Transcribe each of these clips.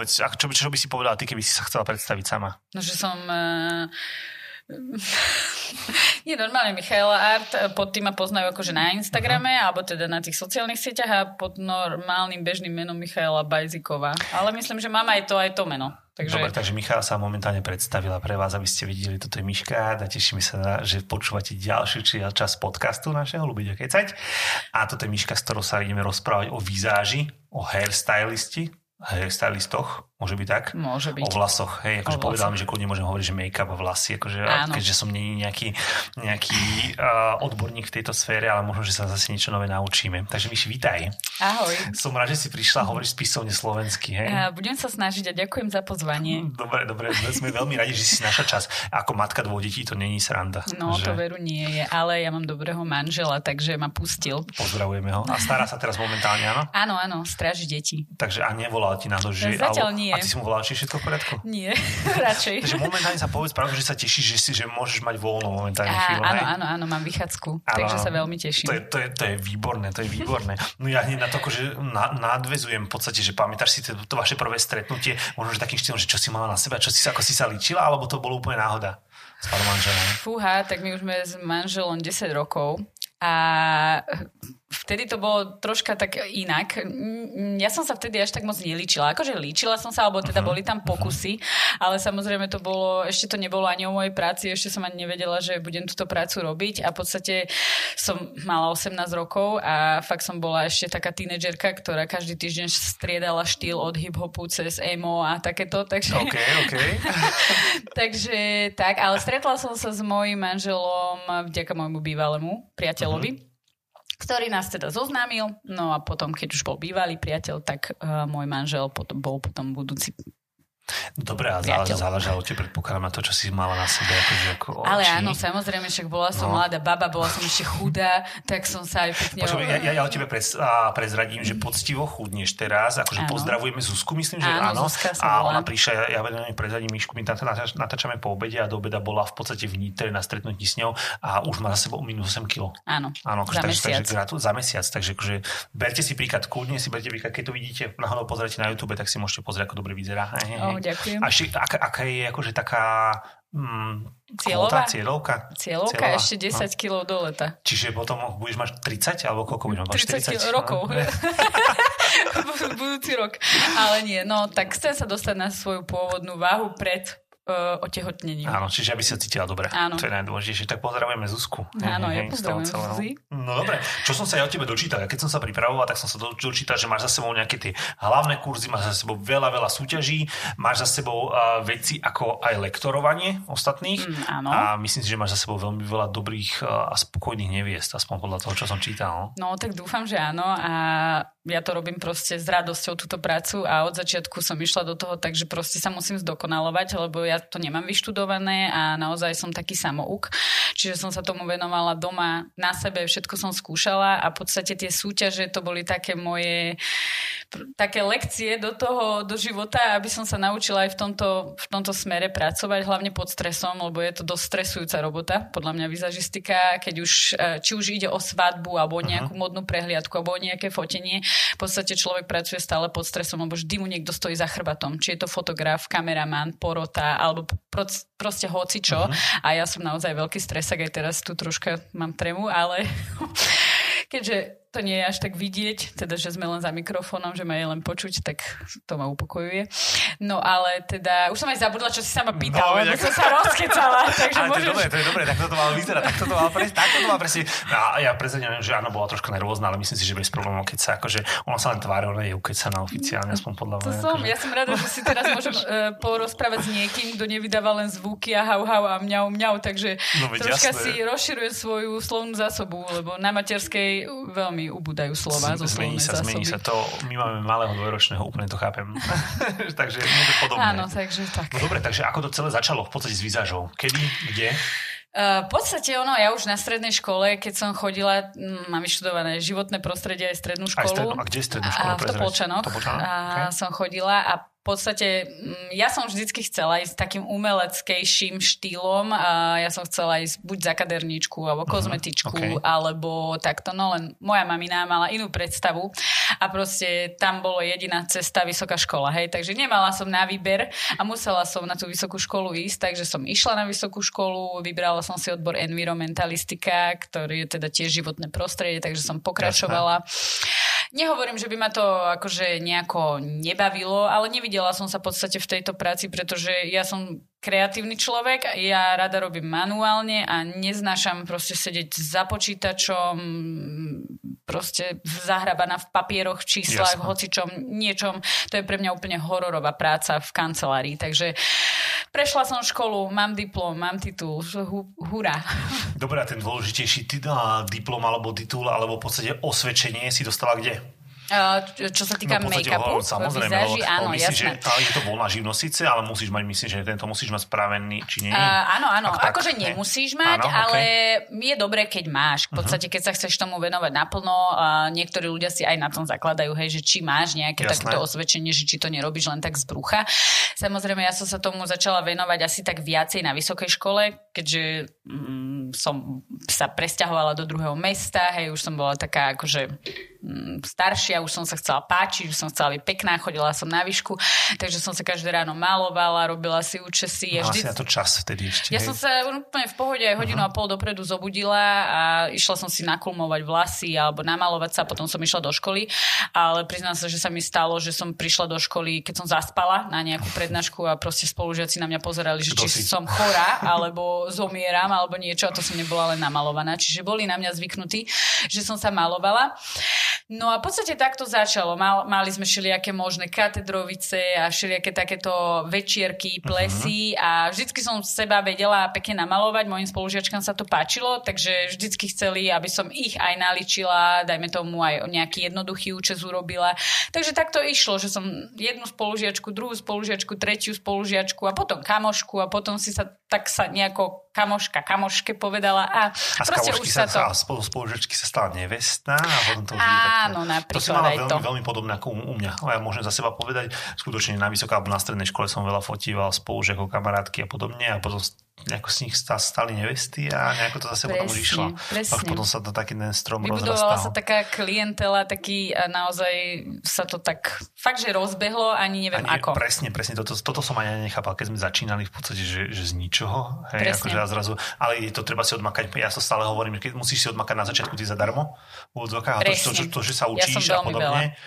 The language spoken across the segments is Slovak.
povedz, čo by si povedala ty, keby si sa chcela predstaviť sama? No, že som... Nie, normálne Michaela Art, pod tým ma poznajú akože na Instagrame, alebo teda na tých sociálnych sieťach a pod normálnym bežným menom Michaela Bajziková. Ale myslím, že mám aj to meno. Dobre, takže Michala sa momentálne predstavila pre vás, aby ste videli, toto je Miška a tešíme sa, že počúvate ďalší čas podcastu našeho Ľubiť a kecať. A toto je Miška, s ktorou sa ideme rozprávať o vizáži, o hairstylistoch, môže byť tak? Môže byť. O vlasoch, hej, akože povedal mi, že kľudne môžem hovoriť, že make-up a vlasy, akože, keďže som nie nejaký odborník v tejto sfére, ale možno, že sa zase niečo nové naučíme. Takže Miši, vítaj. Ahoj. Som rád, že si prišla, hovoríš spisovne slovensky, hej? Budem sa snažiť a ďakujem za pozvanie. Dobre, sme veľmi radi, že si našla čas. Ako matka 2 detí, to není sranda. No, to veru nie je, ale ja mám dobrého manžela, takže ma pustil. Pozdravujeme ho. A stará sa teraz momentálne, áno? Áno, stráži deti. Takže a nevolal ti na to, že... Zatiaľ nie. A ty si mu volal, či všetko v poriadku? Nie, radšej. Takže momentálne sa povedz pravdu, že sa tešíš, že môžeš mať voľno momentálne chvíľu. Áno, mám vychádzku, takže sa veľmi teším. To je výborné. No ja hneď na to, že nadväzujem v podstate, že pamätáš si to vaše prvé stretnutie, možno že takým štýlom, že čo si mala na sebe, ako si sa líčila, alebo to bolo úplne náhoda s pánom manželom? Fúha, tak my už sme s manželom 10 rokov a vtedy to bolo troška tak inak. Ja som sa vtedy až tak moc nelíčila. Akože líčila som sa, alebo teda boli tam pokusy, ale samozrejme to bolo, ešte to nebolo ani o mojej práci, ešte som ani nevedela, že budem túto prácu robiť a v podstate som mala 18 rokov a fakt som bola ešte taká tínedžerka, ktorá každý týždeň striedala štýl od hip-hopu cez emo a takéto. Takže... Okay. takže tak, ale stretla som sa s mojím manželom vďaka môjmu bývalému priateľovi, ktorý nás teda zoznámil, no a potom, keď už bol bývalý priateľ, tak môj manžel bol potom budúci. Dobre, a záležalo ti, predpokladám, na to, čo si mala na sebe. Ale áno, samozrejme, však bola som mladá baba, bola som ešte chudá, tak som sa aj pekne... Ja o tebe prezradím, že poctivo chudneš teraz, akože pozdravujeme Zuzku, myslím, že áno. A ona prišla, ja vedem, prezradím Mišku, my natáčame po obede a do obeda bola v podstate v Nitre na stretnutí s ňou a už má za sebou minus 8 kg. Áno, za mesiac. Za mesiac, takže akože berte si príklad, kľudne si berte príklad, keď to vidíte, náhodou pozrite na YouTube, tak si môžete pozrieť, ako dobre vyzerá. Ďakujem. A aká je akože taká cieľovka, ešte 10 kg do leta. Čiže potom budeš mať 30, alebo koľko budeš mať? 30 rokov. Budúci rok. Ale nie, no tak chcem sa dostať na svoju pôvodnú váhu pred otehotnením. Áno, čiže aby si sa cítila dobre. Áno. To je najdôležitejšie. Tak pozdravujeme Zuzku. Áno, ja pozdravujem Zuzi. No dobre, čo som sa ja o tebe dočítal? Ja keď som sa pripravoval, tak som sa dočítal, že máš za sebou nejaké tie hlavné kurzy, máš za sebou veľa súťaží, máš za sebou veci ako aj lektorovanie ostatných. Áno. A myslím si, že máš za sebou veľmi veľa dobrých a spokojných neviest, aspoň podľa toho, čo som čítal. No tak dúfam, že áno a ja to robím proste s radosťou túto prácu a od začiatku som išla do toho, takže proste sa musím zdokonalovať, lebo ja to nemám vyštudované a naozaj som taký samouk. Čiže som sa tomu venovala doma na sebe, všetko som skúšala a v podstate tie súťaže to boli také moje také lekcie do života, aby som sa naučila aj v tomto smere pracovať, hlavne pod stresom, lebo je to dosť stresujúca robota, podľa mňa vizažistika, keď už, či už ide o svadbu alebo nejakú modnú prehliadku alebo o nejaké fotenie. V podstate človek pracuje stále pod stresom, lebo vždy mu niekto stojí za chrbtom. Či je to fotograf, kameraman, porota, alebo proste hocičo. A ja som naozaj veľký stresak, aj teraz tu troška mám tremu, ale keďže to nie je až tak vidieť, teda, že sme len za mikrofónom, že ma je len počuť, tak to ma upokojuje. No ale teda, už som aj zabudla, čo si sa ma pýtal, lebo som sa rozkecala. Takže ale to je dobré, takto to malo vyzerať, takto to malo presne. No, ja prezadím, že áno, bola troška nervózna, ale myslím si, že bez problémov, keď sa akože, ona sa len tvári, ona je ukecaná oficiálne, aspoň podľa mňa. Ja som rada, že si teraz môžem porozprávať s niekým, kto nevydáva len zvuky a hau a mňau, takže troška si rozširujem svoju slovnú zásobu, lebo na materskej veľmi ubúdajú slova zo slovnej zásoby. Zmení sa to. My máme malého dvojročného, úplne to chápem. Takže je to podobné. Áno, takže tak. No dobre, takže ako to celé začalo v podstate s vizážou? Kedy? Kde? V podstate ja už na strednej škole, keď som chodila, mám vyštudované životné prostredie aj strednú školu. A kde je strednú školu? V Topolčanoch. Som chodila a podstate ja som vždycky chcela ísť takým umeleckejším štýlom a ja som chcela ísť buď za kaderníčku alebo kozmetičku alebo takto, no len moja mamina mala inú predstavu a proste tam bolo jediná cesta vysoká škola, hej, takže nemala som na výber a musela som na tú vysokú školu ísť, takže som išla na vysokú školu, vybrala som si odbor environmentalistika, ktorý je teda tiež životné prostredie, takže som pokračovala. Nehovorím, že by ma to akože nejako nebavilo, ale nevidela som sa v podstate v tejto práci, pretože ja som kreatívny človek, ja rada robím manuálne a neznášam proste sedieť za počítačom, proste zahrabaná v papieroch, v číslach, v hocičom, niečom. To je pre mňa úplne hororová práca v kancelárii, takže prešla som školu, mám diplom, mám titul, hurá. Dobre, a ten dôležitejší diplom alebo titul, alebo v podstate osvedčenie si dostala kde? Čo sa týka make-upu, samozrejme, vizáži, áno, jasné. Je to voľná živnosť síce, ale musíš mať, myslím, že tento musíš mať spravený, či nie? Áno, akože nemusíš mať, ale je dobré, keď máš. V podstate, keď sa chceš tomu venovať naplno, niektorí ľudia si aj na tom zakladajú, hej, že či máš nejaké takéto osvedčenie, že či to nerobíš len tak z brucha. Samozrejme, ja som sa tomu začala venovať asi tak viacej na vysokej škole, keďže som sa presťahovala do druhého mesta, hej, už som bola taká akože staršia, už som sa chcela páčiť, už som chcela byť pekná, chodila som na výšku, takže som sa každé ráno malovala, robila si účesy. Mala si na to čas vtedy ešte. Ja som sa úplne v pohode aj hodinu a pol dopredu zobudila a išla som si nakulmovať vlasy alebo namalovať sa, potom som išla do školy, ale priznám sa, že sa mi stalo, že som prišla do školy, keď som zaspala na nejakú prednášku a proste spolužiaci na mňa pozerali, že či som chorá, alebo zomieram, alebo niečo, a to som nebola len namalovaná. Čiže boli na mňa zvyknutí, že som sa malovala. No a v podstate takto začalo. Mali sme všelijaké možné katedrovice a všelijaké takéto večierky, plesy a vždycky som seba vedela pekne namalovať. Mojim spolužiačkám sa to páčilo, takže vždycky chceli, aby som ich aj naličila, dajme tomu aj nejaký jednoduchý účes urobila. Takže takto išlo, že som jednu spolužiačku, druhú spolužiačku, tretiu spolužiačku a potom kamošku a potom si sa tak sa nejako kamoške povedala a proste už sa to... A spolužiačky sa stala nevestná a potom to už áno, napríklad to si mala veľmi podobné ako u mňa. Ja môžem za seba povedať, skutočne na vysoká alebo na strednej škole som veľa fotíval spolužiakov, kamarátky a podobne a potom nejako z nich stali nevesty a nejako to zase potom už išlo. A potom sa to taký ten strom rozrastal. Vybudovala sa taká klientela, taký a naozaj sa to tak fakt, že rozbehlo, ani neviem ako. Presne. Toto som aj nechápal, keď sme začínali v podstate, že z ničoho. Hej, akože zrazu, ale je to treba si odmakať. Ja to stále hovorím, že keď musíš si odmakať na začiatku ty zadarmo v odzvokách a to, že sa učíš a podobne.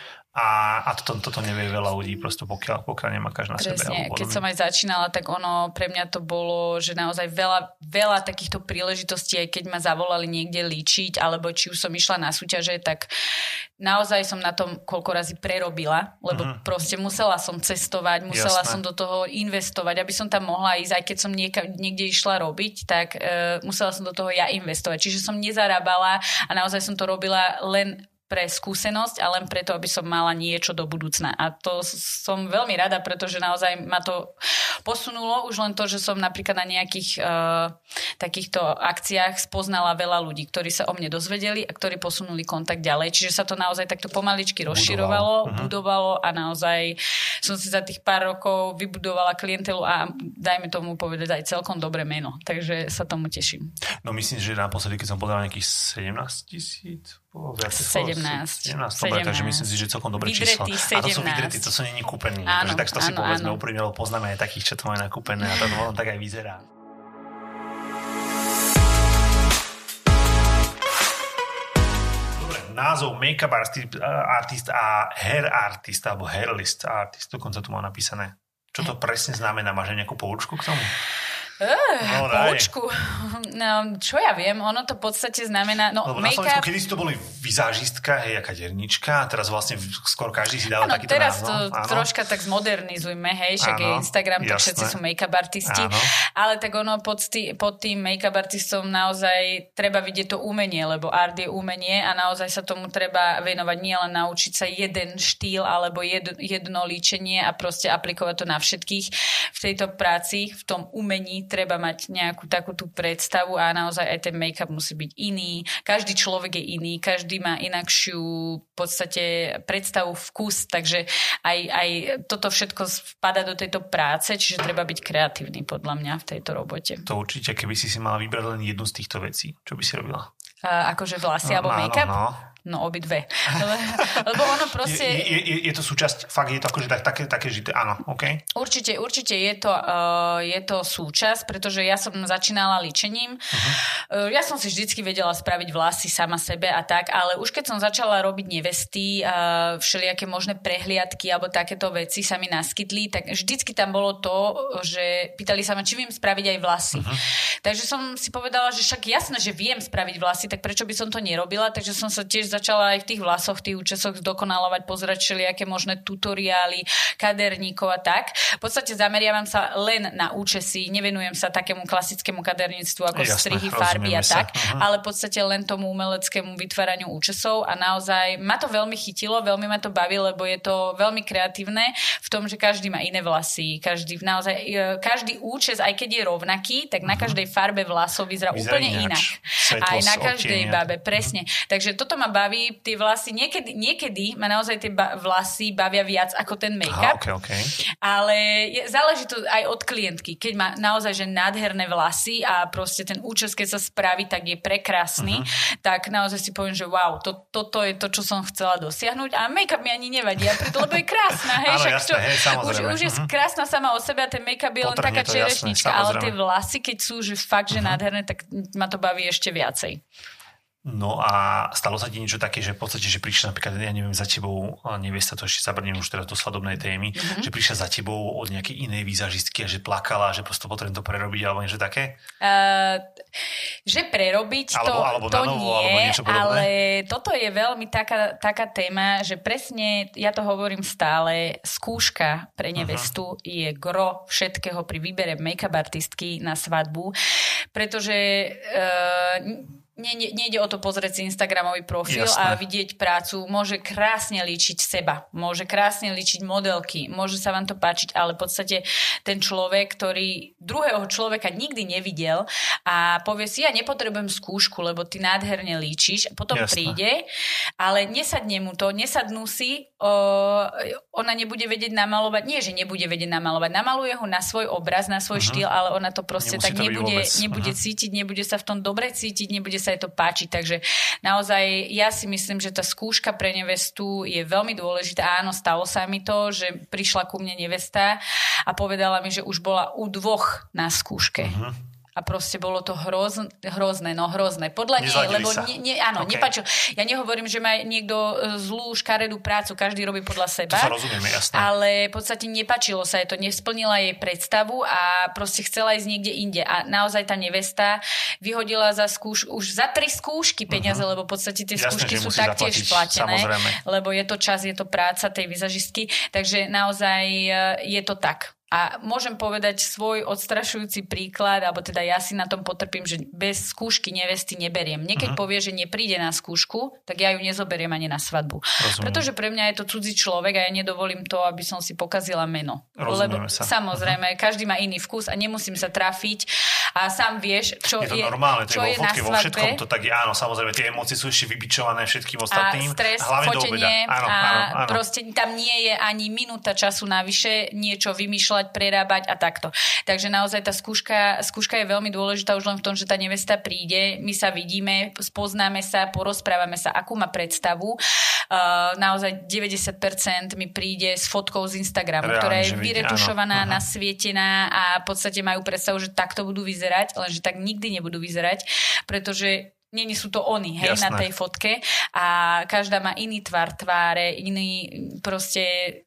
A toto nevie veľa ľudí, proste pokiaľ nemakáš na sebe. Presne, keď som aj začínala, tak ono pre mňa to bolo, že naozaj veľa takýchto príležitostí, aj keď ma zavolali niekde líčiť, alebo či už som išla na súťaže, tak naozaj som na tom koľko razy prerobila, lebo proste musela som cestovať, musela som do toho investovať, aby som tam mohla ísť, aj keď som niekde išla robiť, tak musela som do toho ja investovať. Čiže som nezarábala a naozaj som to robila len pre skúsenosť a len preto, aby som mala niečo do budúcna. A to som veľmi rada, pretože naozaj ma to posunulo. Už len to, že som napríklad na nejakých takýchto akciách spoznala veľa ľudí, ktorí sa o mne dozvedeli a ktorí posunuli kontakt ďalej. Čiže sa to naozaj takto pomaličky rozširovalo, budovalo a naozaj som si za tých pár rokov vybudovala klientelu a dajme tomu povedať aj celkom dobré meno. Takže sa tomu teším. No myslím, že naposledy, keď som povedal nejakých 17 000, 17. Dobre, takže myslím si, že celkom dobré číslo. A to sú vydretí, to sú není kúpení. Takže tak to si povedzme úprimne, lebo poznáme aj takých, čo to majú nakúpené a to potom tak aj vyzerá. Dobre, názov make-up artist a hair artist alebo hairlist artist, dokonca tu mám napísané. Čo to presne znamená? Máš aj nejakú poučku k tomu? Poučku. No, čo ja viem, ono to v podstate znamená... No, lebo make-up... na Slovensku, kedy si to boli vizážistka, hej, jaká dernička, a teraz vlastne skoro každý si dáva takýto teraz názov. Teraz to troška tak zmodernizujme, hej, však je Instagram, tak všetci sú make-up artisti. Ale tak ono pod tým make-up artistom naozaj treba vidieť to umenie, lebo art je umenie a naozaj sa tomu treba venovať, nielen naučiť sa jeden štýl alebo jedno líčenie a proste aplikovať to na všetkých v tejto práci, v tom umení treba mať nejakú takú tú predstavu a naozaj aj ten make-up musí byť iný. Každý človek je iný, každý má inakšiu v podstate predstavu, vkus, takže aj toto všetko spada do tejto práce, čiže treba byť kreatívny podľa mňa v tejto robote. To určite, keby si mala vybrať len jednu z týchto vecí, čo by si robila? Akože vlasy alebo make-up? No obidve. Lebo ono proste... Je to súčasť, fakt je to akože také žité, áno, OK? Určite je to súčasť, pretože ja som začínala ličením. Ja som si vždycky vedela spraviť vlasy sama sebe a tak, ale už keď som začala robiť nevesty, všelijaké možné prehliadky alebo takéto veci sa mi naskytli, tak vždycky tam bolo to, že pýtali sa ma, či viem spraviť aj vlasy. Takže som si povedala, že však jasné, že viem spraviť vlasy, tak prečo by som to nerobila, takže som sa tiež začala aj v tých vlasoch, tých účesoch zdokonalovať, pozerať všelijaké možné tutoriály, kaderníkov a tak. V podstate zameriavam sa len na účesy, nevenujem sa takému klasickému kaderníctvu ako strihy, farby a tak, ale v podstate len tomu umeleckému vytváraniu účesov a naozaj ma to veľmi chytilo, veľmi ma to baví, lebo je to veľmi kreatívne v tom, že každý má iné vlasy, každý účes, aj keď je rovnaký, tak na každej farbe vlasov vyzerá úplne inak. Aj na každej babe, presne. Takže toto ma baví, tie vlasy, niekedy ma naozaj tie vlasy bavia viac ako ten make-up. Okay. Ale záleží to aj od klientky. Keď má naozaj že nádherné vlasy a proste ten účes, keď sa spraví, tak je prekrásny, tak naozaj si poviem, že wow, toto je to, čo som chcela dosiahnuť a make-up mi ani nevadí, lebo je krásna. Hej, áno, jasné, už je krásna sama o sebe a ten make-up je len taká čerešnička, ale tie vlasy, keď sú že fakt, že nádherné, tak ma to baví ešte viacej. No a stalo sa ti niečo také, že v podstate, že prišla napríklad, ja neviem, za tebou, nevesta, to ešte zabrnem už teraz do svadobnej témy, že prišla za tebou od nejakej inej výzažistky a že plakala, že prosto potrebujem to prerobiť alebo niečo také? Že prerobiť alebo to novo, nie, alebo niečo podobné? Ale toto je veľmi taká téma, že presne, ja to hovorím stále, skúška pre nevestu je gro všetkého pri výbere make-up artistky na svadbu, pretože nejde o to pozrieť si Instagramový profil a vidieť prácu. Môže krásne líčiť seba, môže krásne líčiť modelky, môže sa vám to páčiť, ale v podstate ten človek, ktorý druhého človeka nikdy nevidel a povie si, ja nepotrebujem skúšku, lebo ty nádherne líčiš, potom príde, ale nesadnú si, ona nebude vedieť namalovať, nie, že nebude vedieť namalovať, namaluje ho na svoj obraz, na svoj štýl, ale ona to proste tak nebude cítiť, nebude sa v tom dobre cítiť, nebude sa jej to páčiť, takže naozaj ja si myslím, že tá skúška pre nevestu je veľmi dôležitá. Áno, stalo sa mi to, že prišla ku mne nevesta a povedala mi, že už bola u dvoch na skúške. A proste bolo to hrozné. Podľa nej, lebo nepáčil. Ja nehovorím, že má niekto zlú, škaredú prácu, každý robí podľa seba. To sa rozumieme, jasné. Ale v podstate nepáčilo sa jej to, nesplnila jej predstavu a proste chcela ísť niekde inde. A naozaj tá nevesta vyhodila už za 3 skúšky peniaze, lebo v podstate tie skúšky sú taktiež platené, lebo je to čas, je to práca tej vizažistky, takže naozaj je to tak. A môžem povedať svoj odstrašujúci príklad, alebo teda ja si na tom potrpím, že bez skúšky nevesty neberiem. Niekedy povie, že nepríde na skúšku, tak ja ju nezoberiem ani na svadbu. Rozumiem. Pretože pre mňa je to cudzí človek a ja nedovolím to, aby som si pokazila meno. Rozumieme sa. Samozrejme, každý má iný vkus a nemusím sa trafiť a sám vieš, čo je normálne, čo je na svadbe. Vo všetkom to tak je, áno, samozrejme, tie emócie sú ešte vybičované všetkým ostatným. A stres, fotenie a proste tam nie je ani minúta času navyše niečo vymýšľať, prerábať a takto. Takže naozaj tá skúška je veľmi dôležitá už len v tom, že tá nevesta príde, my sa vidíme, spoznáme sa, porozprávame sa, akú má predstavu. Naozaj 90% mi príde s fotkou z Instagramu, ktorá je vyretušovaná, nasvietená a v podstate majú predstavu, že takto budú vyzerať, lenže tak nikdy nebudú vyzerať, pretože nie sú to oni, hej, na tej fotke a každá má iný tvar tváre, iný proste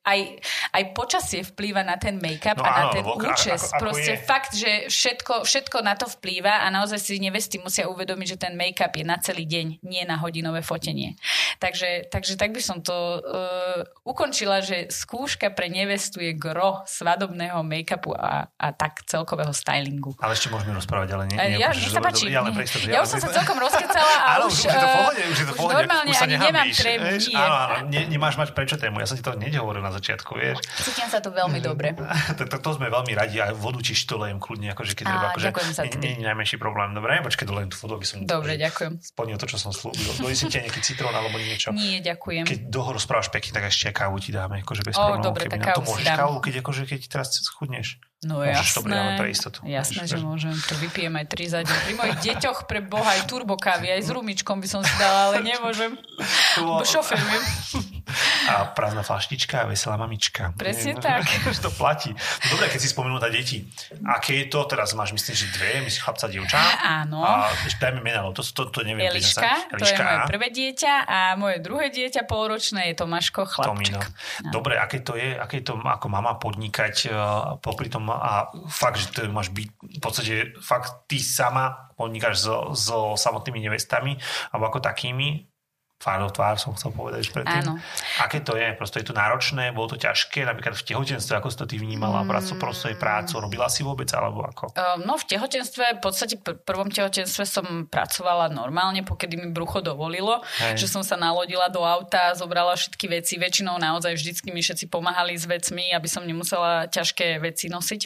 aj počasie vplýva na ten make-up a na ten účes. Proste fakt, že všetko na to vplýva a naozaj si nevesty musia uvedomiť, že ten make-up je na celý deň, nie na hodinové fotenie. Takže tak by som to ukončila, že skúška pre nevestu je gro svadobného make-upu a tak celkového stylingu. Ale ešte môžeme rozprávať, ale nie. Nech sa páči. Ja už som sa celkom rozprával, rozkecala a áno, už je to v pohode. Normálne ani nemám trému. Áno, nemáš mať prečo tému. Ja som ti to nehovoril na začiatku, vieš. Cítim sa to veľmi dobre. To sme veľmi radi. Aj vodu čisto lejem kľudne, akože keď treba. Nie je najmenší problém. Dobre, počkaj, dolejem tú vodu, aby som dobre, ďakujem. Splnil to, čo som slúbil. Dojdem ti aj nejaký citrón alebo niečo. Nie, ďakujem. Keď dlho rozprávaš pekne, tak ešte kávu ti dáme, akože bez problémov. Dobre, tak kávu si dám. Kávu, keď teraz chudneš. No jasné, jasné, že môžem. To vypijem aj 3 za deň. Pri mojich deťoch pre Boha aj turbo kávy, aj s rumičkom by som si dala, ale nemôžem. Šoferujem. A prázdna flaštička a veselá mamička. Presne tak. To platí. Dobre, keď si spomenul na deti. Aké je to? Teraz máš, myslím, že 2, myslíš chlapca, dievča? Áno. A ešte dajme mená, to neviem. Eliška, to je moje prvé dieťa a moje druhé dieťa polročné je Tomáško, chlapček. Dobre, aké to je ako mama podnikať popri tom a fakt, že to máš byť v podstate fakt ty sama podnikáš so samotnými nevestami alebo ako takými tvár som chcel povedať už predtým. Áno. Aké to je? Prosto je to náročné? Bolo to ťažké? Napríklad v tehotenstve, ako si to ty vnímala? Prácu? Robila si vôbec? Alebo ako? No v tehotenstve, v podstate v prvom tehotenstve som pracovala normálne, pokedy mi brucho dovolilo, že som sa nalodila do auta, zobrala všetky veci. Väčšinou naozaj vždycky mi všetci pomáhali s vecmi, aby som nemusela ťažké veci nosiť.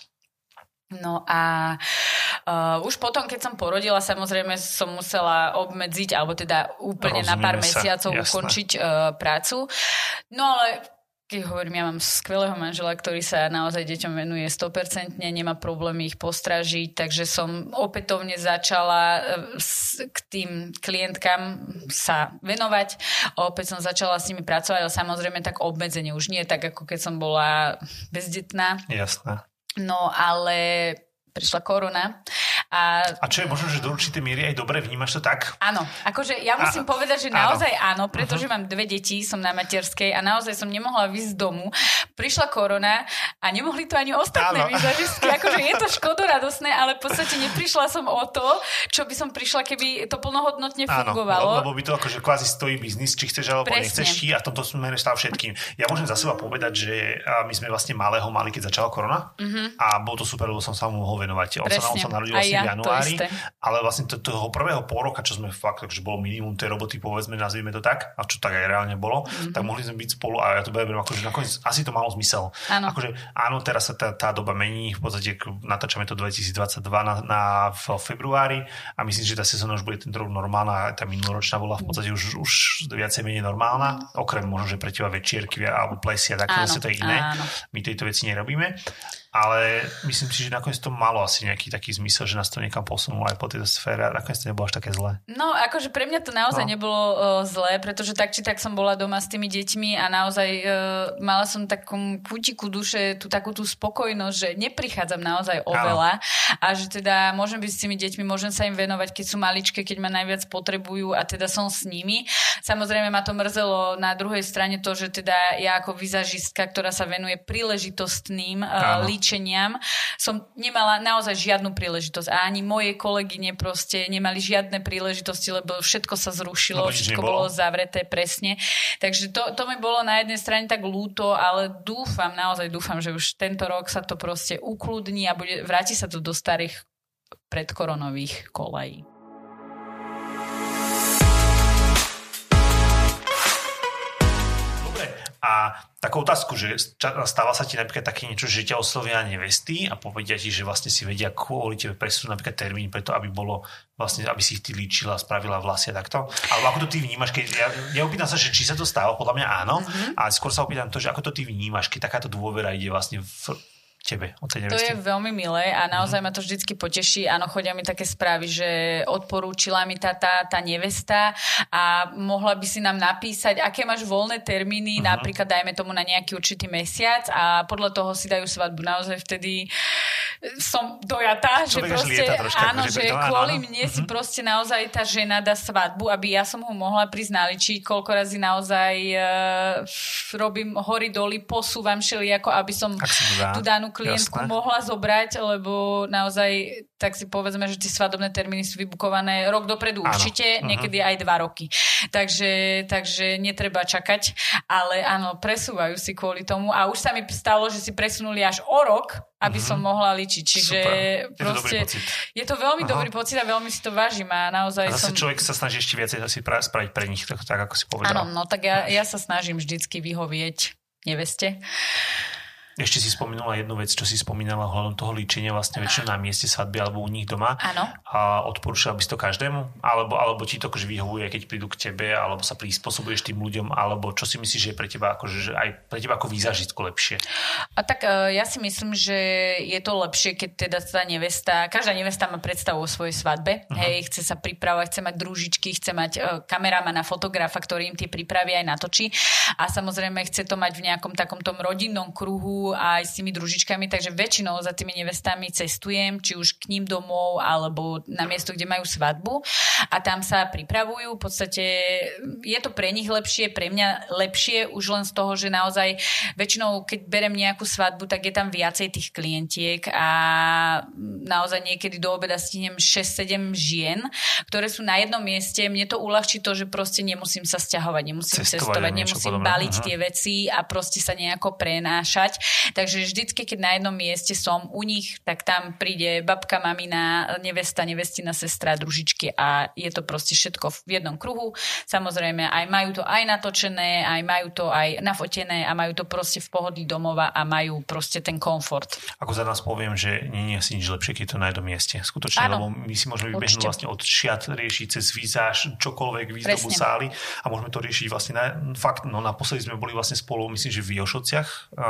No a už potom, keď som porodila, samozrejme som musela obmedziť, alebo teda úplne na pár mesiacov ukončiť prácu. No ale keď hovorím, ja mám skvelého manžela, ktorý sa naozaj deťom venuje 100%, nemá problém ich postražiť, takže som opätovne začala k tým klientkám sa venovať. Opäť som začala s nimi pracovať, ale samozrejme tak obmedzenie. Už nie tak, ako keď som bola bezdetná. Jasné. No, ale prišla korona. A čo je možno, že do určitej miery aj dobre, vnímaš to tak? Áno, akože ja musím povedať, že naozaj áno, pretože mám 2 deti, som na materskej a naozaj som nemohla vyjsť z domu. Prišla korona a nemohli to ani ostatné výzažistky. Akože je to škodoradosné, ale v podstate neprišla som o to, čo by som prišla, keby to plnohodnotne fungovalo. Áno, lebo by to akože kvázi stojí biznis, či chceš alebo nechceš ti a v tomto smere stáv všetkým. Ja môžem za seba povedať, že my sme vlastne malého mali, keď začala korona a bolo to super, lebo som sa mu mohol venovať. On sa narodil vlastne v januári, ale vlastne toho prvého pol roka, čo sme fakt, že bolo minimum tej roboty, povedzme, nazvime to tak, a čo tak aj reálne bolo, tak mohli sme byť spolu a ja to beriem akože nakoniec asi to malo zmysel. Áno. Akože áno, teraz sa tá doba mení, v podstate natáčame to 2022 v februári a myslím, že tá sezóna už bude tento rok normálna, tá minuloročná bola v podstate už viacej menej normálna, okrem možno, že pre teba večierky alebo plesia, tak to je iné. Áno. My tejto veci nerobíme. Ale myslím si, že nakoniec to malo asi nejaký taký zmysel, že nás to niekam posunulo aj po tejto sfére a nakoniec to nebolo až také zlé. No, akože pre mňa to naozaj nebolo zlé, pretože tak či tak som bola doma s tými deťmi a naozaj mala som takom kútiku duše takú tú spokojnosť, že neprichádzam naozaj o veľa a že teda môžem byť s tými deťmi, môžem sa im venovať, keď sú maličké, keď ma najviac potrebujú a teda som s nimi. Samozrejme ma to mrzelo na druhej strane to, že teda ja ako vizažistka, ktorá sa venuje príležitostným líčeniam, som nemala naozaj žiadnu príležitosť a ani moje kolegyne proste nemali žiadne príležitosti, lebo všetko sa zrušilo, všetko bolo zavreté presne. Takže to mi bolo na jednej strane tak ľúto, ale naozaj dúfam, že už tento rok sa to proste ukludní a vráti sa to do starých predkoronových kolají. A takú otázku, že stáva sa ti napríklad také niečo, že ťa oslovia nevesty a povedia ti, že vlastne si vedia kvôli tebe presunúť napríklad termín preto, aby bolo vlastne, aby si ich ty líčila, spravila vlasy a takto. Alebo ako to ty vnímaš, keď ja opýtam sa, že či sa to stáva, podľa mňa áno, ale skôr sa opýtam to, že ako to ty vnímaš, keď takáto dôvera ide vlastne v tebe, od tej nevesty. To je veľmi milé a naozaj ma to vždycky poteší. Áno, chodia mi také správy, že odporúčila mi tá nevesta a mohla by si nám napísať, aké máš voľné termíny, napríklad dajme tomu na nejaký určitý mesiac a podľa toho si dajú svadbu. Naozaj vtedy som dojatá, že proste áno, že kvôli mne si proste naozaj tá žena dá svadbu, aby ja som ho mohla prísť naličiť, koľko razy naozaj robím hory doly, posúvam všelijako, aby som tú danú danú klientku mohla zobrať, lebo naozaj, tak si povedzme, že tie svadobné termíny sú vybukované rok dopredu určite, niekedy aj 2 roky. Takže netreba čakať, ale áno, presúvajú si kvôli tomu a už sa mi stalo, že si presunuli až o rok, aby som mohla ličiť. Čiže proste je to veľmi dobrý pocit a veľmi si to vážim a naozaj a zase človek sa snaží ešte viacej asi spraviť pre nich, tak ako si povedal. Áno, no tak ja sa snažím vždycky vyhovieť neveste. Ešte si spomínala jednu vec, čo si spomínala ohľadom toho líčenia vlastne väčšinou na mieste svadby alebo u nich doma. Áno. A odporúčala by si to každému? Alebo ti to akože vyhovuje, keď prídu k tebe, alebo sa prispôsobuješ tým ľuďom, alebo čo si myslíš, že je pre teba akože, že aj pre teba ako výzažistku lepšie? A tak ja si myslím, že je to lepšie, keď teda tá nevesta, každá nevesta má predstavu o svojej svadbe, hej, chce sa pripravovať, chce mať družičky, chce mať kameramana, fotografa, ktorý im tie prípravy aj natočí a samozrejme chce to mať v nejakom takom tom rodinnom kruhu aj s tými družičkami, takže väčšinou za tými nevestami cestujem, či už k ním domov, alebo na miesto, kde majú svadbu a tam sa pripravujú. V podstate je to pre nich lepšie, pre mňa lepšie, už len z toho, že naozaj väčšinou, keď berem nejakú svadbu, tak je tam viacej tých klientiek a naozaj niekedy do obeda stihnem 6-7 žien, ktoré sú na jednom mieste. Mne to uľahčí to, že proste nemusím sa sťahovať, nemusím cestovať, nemusím baliť tie veci a proste sa nejako prenášať. Takže vždycky, keď na jednom mieste som u nich, tak tam príde babka, mamina, nevesta, nevestina, sestra, družičky a je to proste všetko v jednom kruhu. Samozrejme, aj majú to aj natočené, aj majú to aj nafotené a majú to proste v pohodlí domova a majú proste ten komfort. Ako za nás poviem, že nie je asi nič lepšie, keď je to na jednom mieste. Skutočne, lebo my si môžeme vybehnúť vlastne od šiat, riešiť cez výzáž, čokoľvek, výzdobu sály a môžeme to riešiť vlastne naposledy sme boli vlastne spolu, myslím, že v Jošociach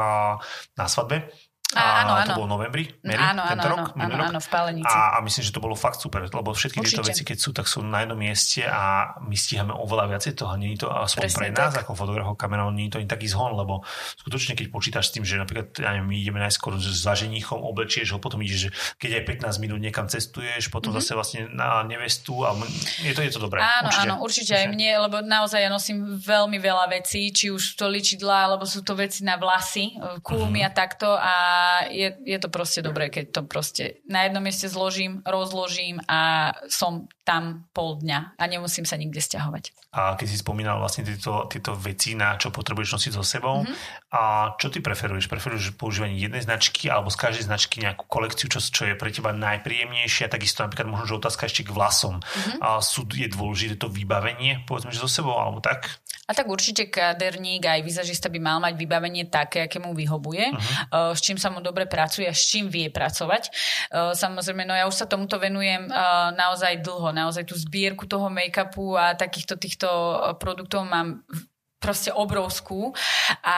na svadbe. Áno. To bolo v novembri, tento rok, v Pálenici. A myslím, že to bolo fakt super, lebo všetky tieto veci, keď sú, tak sú na jednom mieste a my stíhame oveľa viacej toho. Nie je to aspoň pre nás, ako fotografov, kamerov, nie je to ani taký zhon, lebo skutočne, keď počítaš s tým, že napríklad my ideme najskôr za ženichom, oblečieš ho, potom ideš, že keď aj 15 minút niekam cestuješ, potom zase vlastne na nevestu a je to dobré. Áno, určite aj mne, lebo naozaj ja nosím veľmi veľa vecí, či už to ličidlá, alebo sú to veci na vlasy, kulmy a takto a je to proste dobré, keď to proste na jednom mieste zložím, rozložím a som tam pol dňa a nemusím sa nikde sťahovať. A keď si spomínal vlastne tieto veci, na čo potrebuješ nosiť so sebou, a čo ty preferuješ? Preferuješ používanie jednej značky alebo z každej značky nejakú kolekciu, čo je pre teba najpríjemnejšie? Takisto napríklad možno, že otázka ešte k vlasom. Je dôležité to vybavenie, povedzme, že so sebou alebo tak? A tak určite kaderník aj vizažista by mal mať vybavenie také, aké mu vyhovuje, s čím sa mu dobre pracuje a s čím vie pracovať. Samozrejme, ja už sa tomuto venujem naozaj dlho, naozaj tú zbierku toho make-upu a týchto produktov mám proste obrovskú a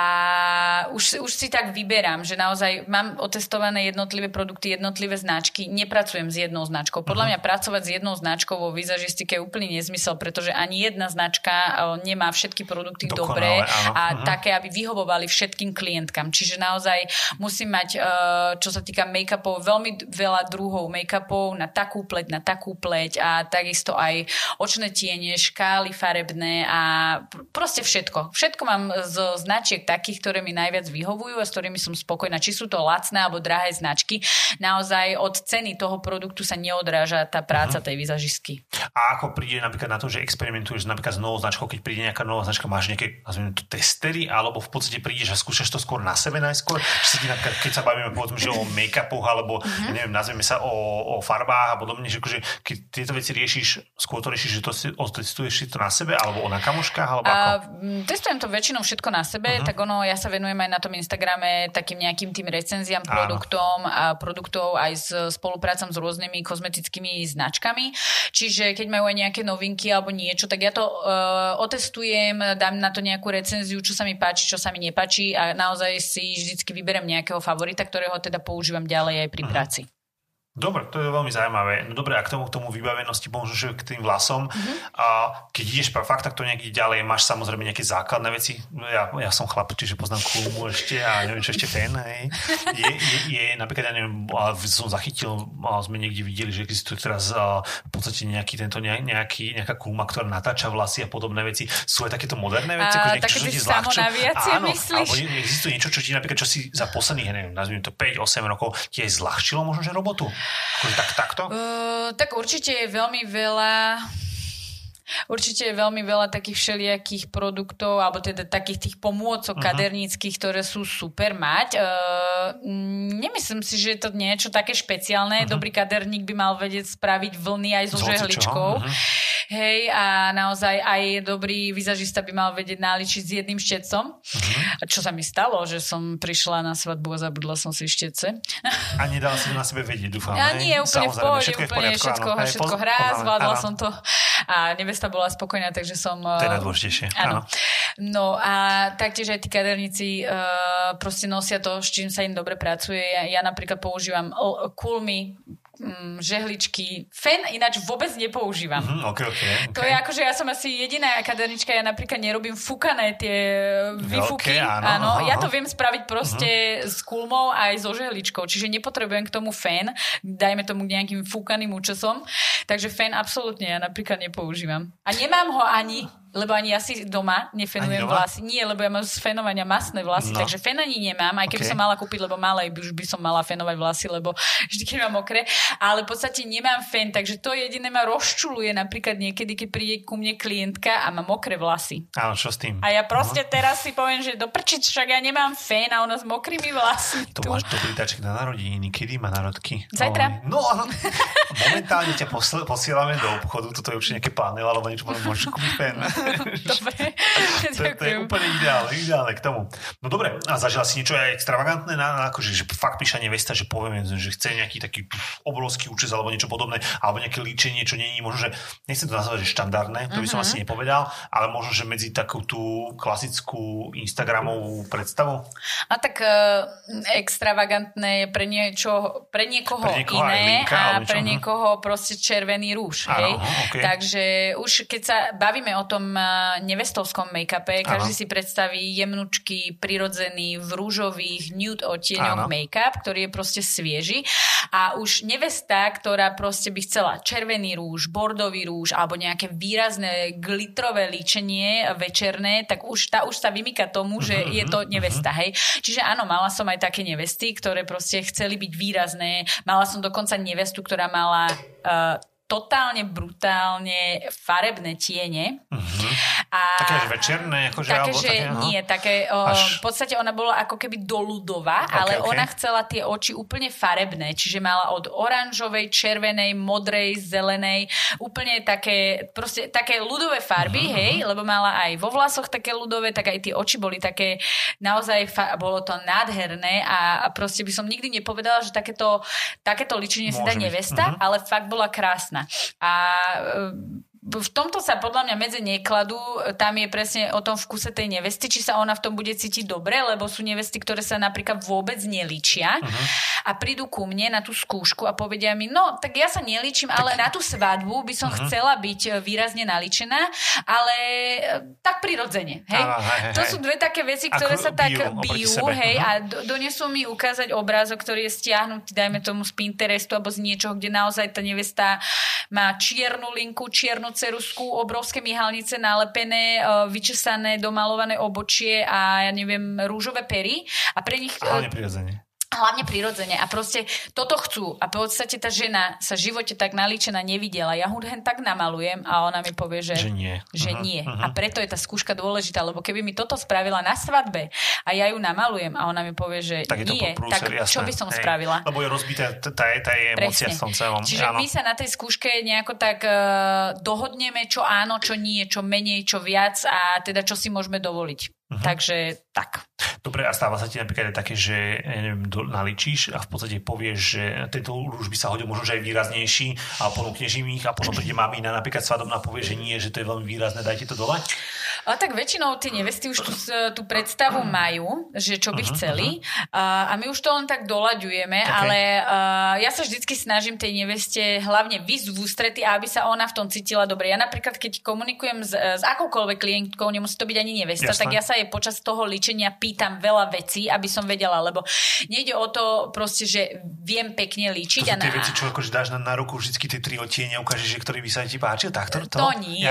už si tak vyberám, že naozaj mám otestované jednotlivé produkty, jednotlivé značky, nepracujem s jednou značkou. Podľa mňa pracovať s jednou značkou vo vizažistike je úplný nezmysel, pretože ani jedna značka nemá všetky produkty dobré a také, aby vyhovovali všetkým klientkám. Čiže naozaj musím mať, čo sa týka make-upov, veľmi veľa druhov make-upov na takú pleť a takisto aj očné tiene, škály farebné a proste všetko. Všetko mám zo značiek takých, ktoré mi najviac vyhovujú a s ktorými som spokojná. Či sú to lacné alebo drahé značky. Naozaj od ceny toho produktu sa neodráža tá práca tej vizažistky. A ako príde napríklad na to, že experimentuješ napríklad s novou značkou, keď príde nejaká nová značka, máš nejaké, nazvime to, testery, alebo v podstate prídeš a skúšaš to skôr na sebe najskôr? Či sa ti napríklad, keď sa bavíme povedzme, že o make-upoch, alebo neviem, nazveme sa o farbách a podobne, že akože, keď tieto veci riešiš, skôr to riešiš, že to si otestuješ si to na sebe, alebo na kamoškách, alebo ako? Testujem to väčšinou všetko na sebe, tak ja sa venujem aj na tom Instagrame takým nejakým tým recenziám produktov aj s spoluprácam s rôznymi kozmetickými značkami. Čiže keď majú aj nejaké novinky alebo niečo, tak ja to otestujem, dám na to nejakú recenziu, čo sa mi páči, čo sa mi nepáči a naozaj si vždycky vyberiem nejakého favorita, ktorého teda používam ďalej aj pri práci. Dobre, to je veľmi zaujímavé. No dobre, a k tomu vybavenosti, možno, že k tým vlasom, a keď ideš fakt takto niekde ďalej, máš samozrejme nejaké základné veci. Ja som chlap, čiže poznám klúmu ešte a neviem, čo ešte fén, hej. Je napríklad, ja neviem, som zachytil, sme niekde videli, že existuje teraz v podstate nejaká klúma, ktorá natáča vlasy a podobné veci. Sú aj takéto moderné veci? Také tie samonaviacie, myslíš? Alebo existuje niečo, čo ti napríklad, čo si za posledných, neviem, nazvime to 5-8 rokov, ti aj zľahčilo možno, že robotu? Akože takto? Tak určite je veľmi veľa takých všelijakých produktov alebo teda takých tých pomôcok kaderníckych, ktoré sú super mať. Nemyslím si, že je to niečo také špeciálne. Dobrý kaderník by mal vedieť spraviť vlny aj so žehličkou. Hej, a naozaj aj dobrý vizažista by mal vedieť náličiť s jedným štecom. Čo sa mi stalo, že som prišla na svadbu a zabudla som si štece. A nedala si to na sebe vedieť, dúfam. A nie, úplne v pohode, všetko hrá, zvládla som to. A nevesta bola spokojná, takže som... To je najdôležitejšie. Áno. No a taktiež aj tí kaderníci proste nosia to, s čím sa im dobre pracuje. Ja napríklad používam kulmy, žehličky. Fén ináč vôbec nepoužívam. Okay. To je akože ja som asi jediná kadernička, ja napríklad nerobím fúkané tie vyfúky. Áno. Ja to viem spraviť proste s kulmou aj so žehličkou, čiže nepotrebujem k tomu fén, dajme tomu k nejakým fúkaným účesom, takže fén absolútne ja napríklad nepoužívam. A nemám ho ani, lebo ani ja si doma nefénujem vlasy. Nie, lebo ja mám z fénovania masné vlasy, takže fén ani nemám, aj keby som mala kúpiť, lebo malej už by som mala fénovať vlasy, lebo vždy, keď mám mokré, ale v podstate nemám fén, takže to jediné ma rozčuluje napríklad niekedy, keď príde ku mne klientka a má mokré vlasy. Áno, čo s tým? A ja proste teraz si poviem, že doprčiť, však ja nemám fén a ona s mokrými vlasmi. To máš dobrý dáček na narodeniny. Kedy má narodky? Zajtra. No, momentálne ťa posielame do obchodu, toto je určite nejaké panel, alebo niečo, môžeš kúpiť fén. Dobre. To je úplne ideálne k tomu. No dobre, a zažila si niečo aj extravagantné, akože, že fakt píša nevesta, že poviem, že chce nejaký taký obrovský účes alebo niečo podobné, alebo nejaké líčenie, čo nie je možno, že nechcem to nazvať, že štandardné, to by som asi nepovedal, ale možno, že medzi takú tú klasickú Instagramovú predstavu. A tak extravagantné je pre niekoho iné a pre niekoho proste červený rúž. Hej? Okay. Takže už keď sa bavíme o tom nevestovskom make-upe, každý si predstaví jemnučký, prirodzený v rúžových nude odtieňoch make-up, ktorý je proste svieži. A už nevesta, ktorá proste by chcela červený rúž, bordový rúž alebo nejaké výrazné glitrové líčenie večerné, tak už sa vymýka tomu, že je to nevesta. Hej? Čiže áno, mala som aj také nevesty, ktoré proste chceli byť výrazné. Mala som dokonca nevestu, ktorá mala totálne, brutálne farebné tiene. Také až večerné? Akože, také, že nie. Také, v podstate ona bola ako keby doľudová, ale ona chcela tie oči úplne farebné. Čiže mala od oranžovej, červenej, modrej, zelenej, úplne také, proste také ľudové farby, hej, lebo mala aj vo vlasoch také ľudové, tak aj tie oči boli také, naozaj bolo to nádherné a proste by som nikdy nepovedala, že takéto líčenie si dá nevesta, ale fakt bola krásna. A v tomto sa podľa mňa medze nekladú, tam je presne o tom vkuse tej nevesty, či sa ona v tom bude cítiť dobre, lebo sú nevesty, ktoré sa napríklad vôbec nelíčia a prídu ku mne na tú skúšku a povedia mi, no tak ja sa nelíčim, ale na tú svadbu by som chcela byť výrazne nalíčená, ale tak prirodzene. Hej? To sú dve také veci, ktoré sa tak bijú, hej, a donesú mi ukázať obrázok, ktorý je stiahnutý, dajme tomu z Pinterestu alebo z niečoho, kde naozaj tá nevesta má čiernu linku, čiernu ceruzku, obrovské myhalnice nalepené, vyčesané, domalované obočie a ja neviem, rúžové pery a pre nich... Hlavne prirodzene. A proste toto chcú. A v podstate tá žena sa v živote tak nalíčená nevidela. Ja ho hen tak namalujem a ona mi povie, že nie. Že nie. A preto je tá skúška dôležitá, lebo keby mi toto spravila na svadbe a ja ju namalujem a ona mi povie, že tak nie, tak čo by som spravila? Lebo je rozbité tá emócia v tom celom. Čiže my sa na tej skúške nejako tak dohodneme, čo áno, čo nie, čo menej, čo viac a teda čo si môžeme dovoliť. Takže tak. Dobre, a stáva sa ti napríklad aj také, že neviem, naličíš a v podstate povieš, že tento rúž by sa hodil možno, že aj výraznejší a ponúkneš im ich a potom príde mamina napríklad svadobná povie, že nie, že to je veľmi výrazné, dajte to dole? Ale tak väčšinou tie nevesty už tú predstavu majú, že čo by chceli a my už to len tak doľaďujeme, ale ja sa vždycky snažím tej neveste hlavne výsť v ústrety, aby sa ona v tom cítila dobre. Ja napríklad, keď komunikujem s akoukoľvek klientkou, nemusí to byť ani nevesta, tak ja sa jej počas toho líčenia pýtam veľa vecí, aby som vedela, lebo nejde o to proste, že viem pekne líčiť. To sú tie veci, čo akože dáš na ruku vždycky tie 3 odtiene, ukážeš, že ktorý by sa ti páčil, tak to? To nie,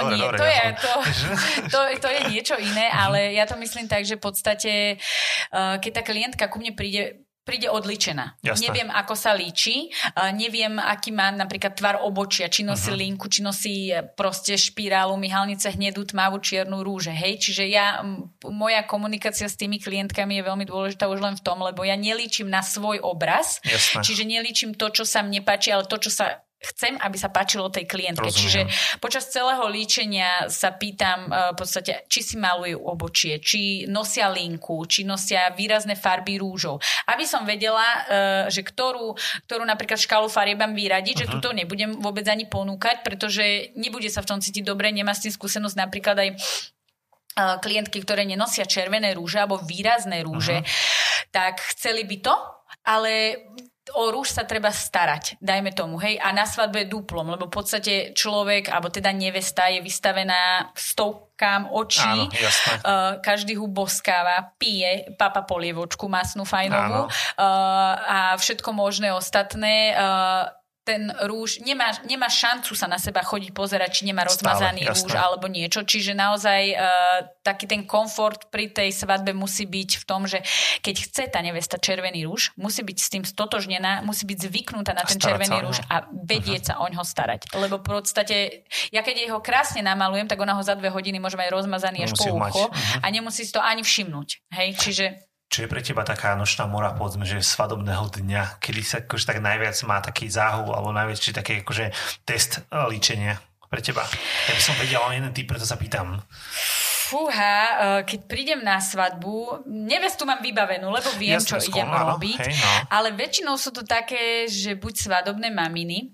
to je niečo iné, ale ja to myslím tak, že v podstate, keď tá klientka ku mne príde odličená. Jasné. Neviem, ako sa líči, neviem, aký má napríklad tvar obočia, či nosí linku, či nosí proste špirálu, myhalnice, hnedú, tmavú, čiernu, rúže, hej? Čiže moja komunikácia s tými klientkami je veľmi dôležitá už len v tom, lebo ja nelíčim na svoj obraz, Jasné. Čiže nelíčim to, čo sa mne páči, ale to, čo sa chcem, aby sa páčilo tej klientke. Rozumiem. Čiže počas celého líčenia sa pýtam v podstate, či si malujú obočie, či nosia linku, či nosia výrazné farby rúžov. Aby som vedela, že ktorú napríklad škálu farieb mám vyradiť, že túto nebudem vôbec ani ponúkať, pretože nebude sa v tom cítiť dobre, nemá s tým skúsenosť napríklad aj klientky, ktoré nenosia červené rúže alebo výrazné rúže, tak chceli by to, ale o rúž sa treba starať, dajme tomu, hej, a na svadbe duplom, lebo v podstate človek, alebo teda nevesta je vystavená stovkám očí, áno, každý ho boskáva, pije papa polievočku masnú fajnovú a všetko možné ostatné. Ten rúž nemá šancu sa na seba chodiť pozerať, či nemá rozmazaný rúž alebo niečo. Čiže naozaj taký ten komfort pri tej svadbe musí byť v tom, že keď chce tá nevesta červený rúž, musí byť s tým stotožnená, musí byť zvyknutá na ten červený rúž a vedieť sa oňho starať. Lebo v podstate, ja keď ho krásne namalujem, tak ona ho za 2 hodiny môže mať rozmazaný až po ucho a nemusí si to ani všimnúť. Hej, čiže čo je pre teba taká nočná mora, povedzme, že svadobného dňa, kedy sa akože tak najviac má taký záhul, alebo najviac, či taký akože test líčenia pre teba? Ja by som vedel jeden typ, preto sa pýtam. Fúha, keď prídem na svadbu, nevestu mám vybavenú, lebo viem, čo idem robiť, ale väčšinou sú to také, že buď svadobné maminy,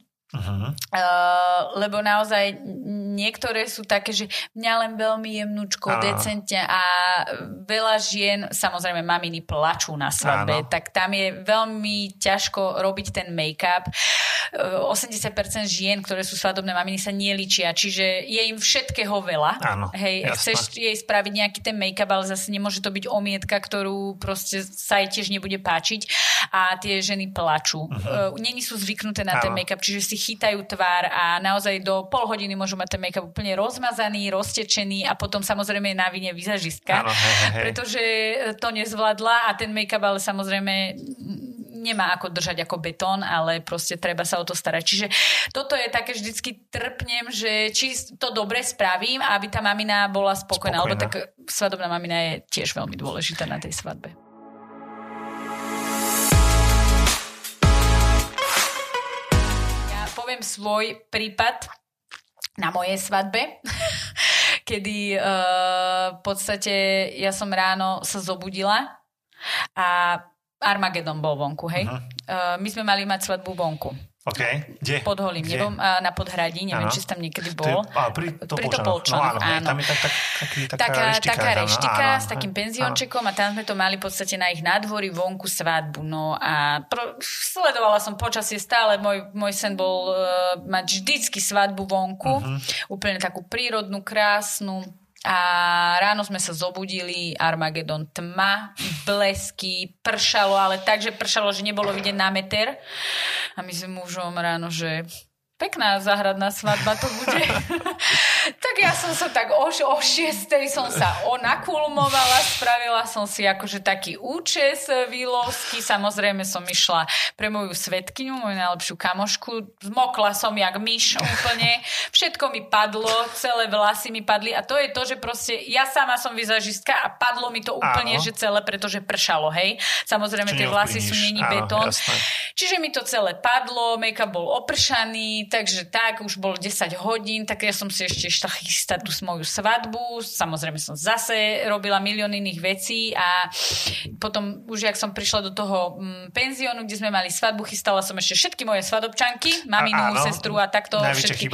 lebo naozaj niektoré sú také, že mňa len veľmi jemnúčko, decentne a veľa žien, samozrejme maminy plačú na svadbe, tak tam je veľmi ťažko robiť ten make-up. 80% žien, ktoré sú svadobné maminy, sa neličia, čiže je im všetkého veľa. Hej, chceš jej spraviť nejaký ten make-up, ale zase nemôže to byť omietka, ktorú proste sa jej tiež nebude páčiť a tie ženy plačú. Není sú zvyknuté na ten make-up, čiže si chytajú tvár a naozaj do pol hodiny môžu mať ten make-up úplne rozmazaný, roztečený a potom samozrejme na vine vizažistka, pretože to nezvládla a ten make-up ale samozrejme nemá ako držať ako betón, ale proste treba sa o to starať. Čiže toto je také, vždycky trpnem, že či to dobre spravím, aby tá mamina bola spokojná. Lebo tak svadobná mamina je tiež veľmi dôležitá na tej svadbe. Poviem svoj prípad na mojej svadbe, kedy v podstate ja som ráno sa zobudila a Armagedon bol vonku, hej. My sme mali mať svadbu vonku. Kde? Pod holým nebom, na Podhradí, neviem, či si tam niekedy bol. Pri Topolčanoch, áno. Tam je taká reštika s takým penziončekom a tam sme to mali v podstate na ich nádvorí vonku svadbu. No a sledovala som počasie stále, môj sen bol mať vždycky svadbu vonku, úplne takú prírodnú, krásnu. A ráno sme sa zobudili, Armagedon, tma, blesky, pršalo, ale tak, že pršalo, že nebolo vidieť na meter. A my sme mužom ráno, že pekná záhradná svadba to bude. Tak ja som sa tak o 6:00 som sa nakulmovala, spravila som si akože taký účes výlovský, samozrejme som išla pre moju svedkyňu, moju najlepšiu kamošku, zmokla som jak myš úplne, všetko mi padlo, celé vlasy mi padli a to je to, že proste ja sama som vizažistka a padlo mi to úplne, že celé, pretože pršalo, hej. Samozrejme tie vlasy sú není betón. Čiže mi to celé padlo, make-up bol opršaný, takže tak, už bolo 10 hodín, tak ja som si ešte išla chystať tú moju svadbu. Samozrejme som zase robila milión iných vecí a potom už jak som prišla do toho penziónu, kde sme mali svadbu, chystala som ešte všetky moje svadobčanky, maminu, sestru a takto všetky. Chyba,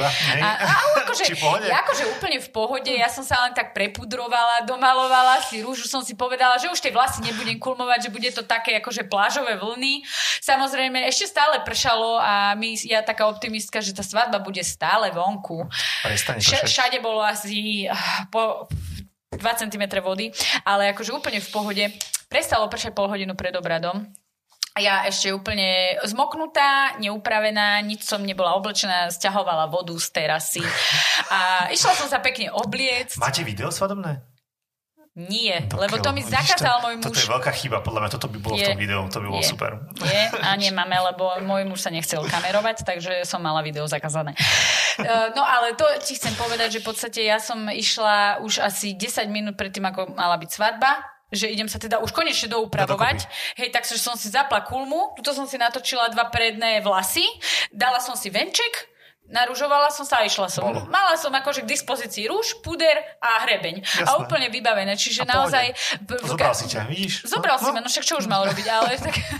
akože úplne v pohode, ja som sa len tak prepudrovala, domalovala si rúžu, som si povedala, že už tie vlasy nebudem kulmovať, že bude to také akože plážové vlny. Samozrejme, ešte stále pršalo a ja taká optimistka, že tá svadba bude stále vonku. Všade bolo asi po 2 cm vody, ale akože úplne v pohode. Prestalo pršať pol hodinu pred obradom. Ja ešte úplne zmoknutá, neupravená, nič som nebola oblečená, sťahovala vodu z terasy a išla som sa pekne obliecť. Máte video svadobné? Nie, lebo to mi zakázal môj muž. Toto je veľká chyba, podľa mňa toto by bolo v tom videu, to by bolo super. Nie, a nemáme, lebo môj muž sa nechcel kamerovať, takže som mala video zakázané. No ale to ti chcem povedať, že v podstate ja som išla už asi 10 minút pred tým, ako mala byť svadba, že idem sa teda už konečne doupravovať. Hej, takže som si zapla kulmu, tuto som si natočila 2 predné vlasy, dala som si venček, naružovala som sa a išla som. Mala som akože k dispozícii rúž, puder a hrebeň. Jasné. A úplne vybavené. Čiže naozaj... Zobral si ťa, vidíš? Zobral si ma, no však čo už mal robiť, ale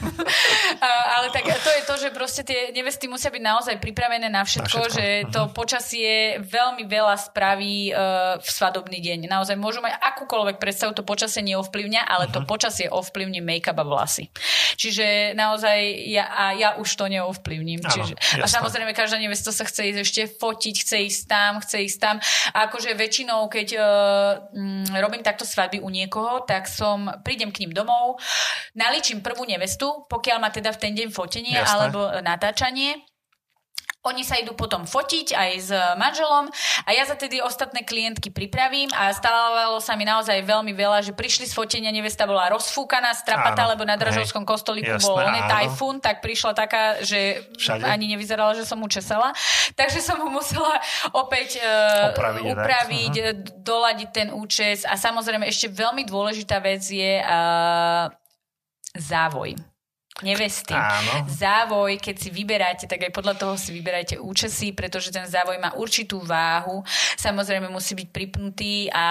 tak to je to, že proste tie nevesty musia byť naozaj pripravené na všetko, že to počasie veľmi veľa spraví v svadobný deň. Naozaj môžu mať akúkoľvek predstavu, to počasie neovplyvňa, ale to počasie ovplyvní make-up a vlasy. Čiže naozaj ja už to neovplyvním. A samozrejme, každá nevesta sa chce ísť ešte fotiť, chce ísť tam. A akože väčšinou, keď robím takto svadby u niekoho, tak prídem k ním domov, naličím prvú nevestu, pokiaľ má teda v ten deň fotenie alebo natáčanie. Oni sa idú potom fotiť aj s manželom a ja za tedy ostatné klientky pripravím a stávalo sa mi naozaj veľmi veľa, že prišli z fotenia, nevesta bola rozfúkaná, strapatá, lebo na Dražovskom kostolíku bol tajfún, tak prišla taká, že ani nevyzerala, že som mu česala. Takže som mu musela opäť upraviť, doladiť ten účes a samozrejme ešte veľmi dôležitá vec je závoj. Nevesty. Áno. Závoj, keď si vyberáte, tak aj podľa toho si vyberajte účesy, pretože ten závoj má určitú váhu. Samozrejme musí byť pripnutý a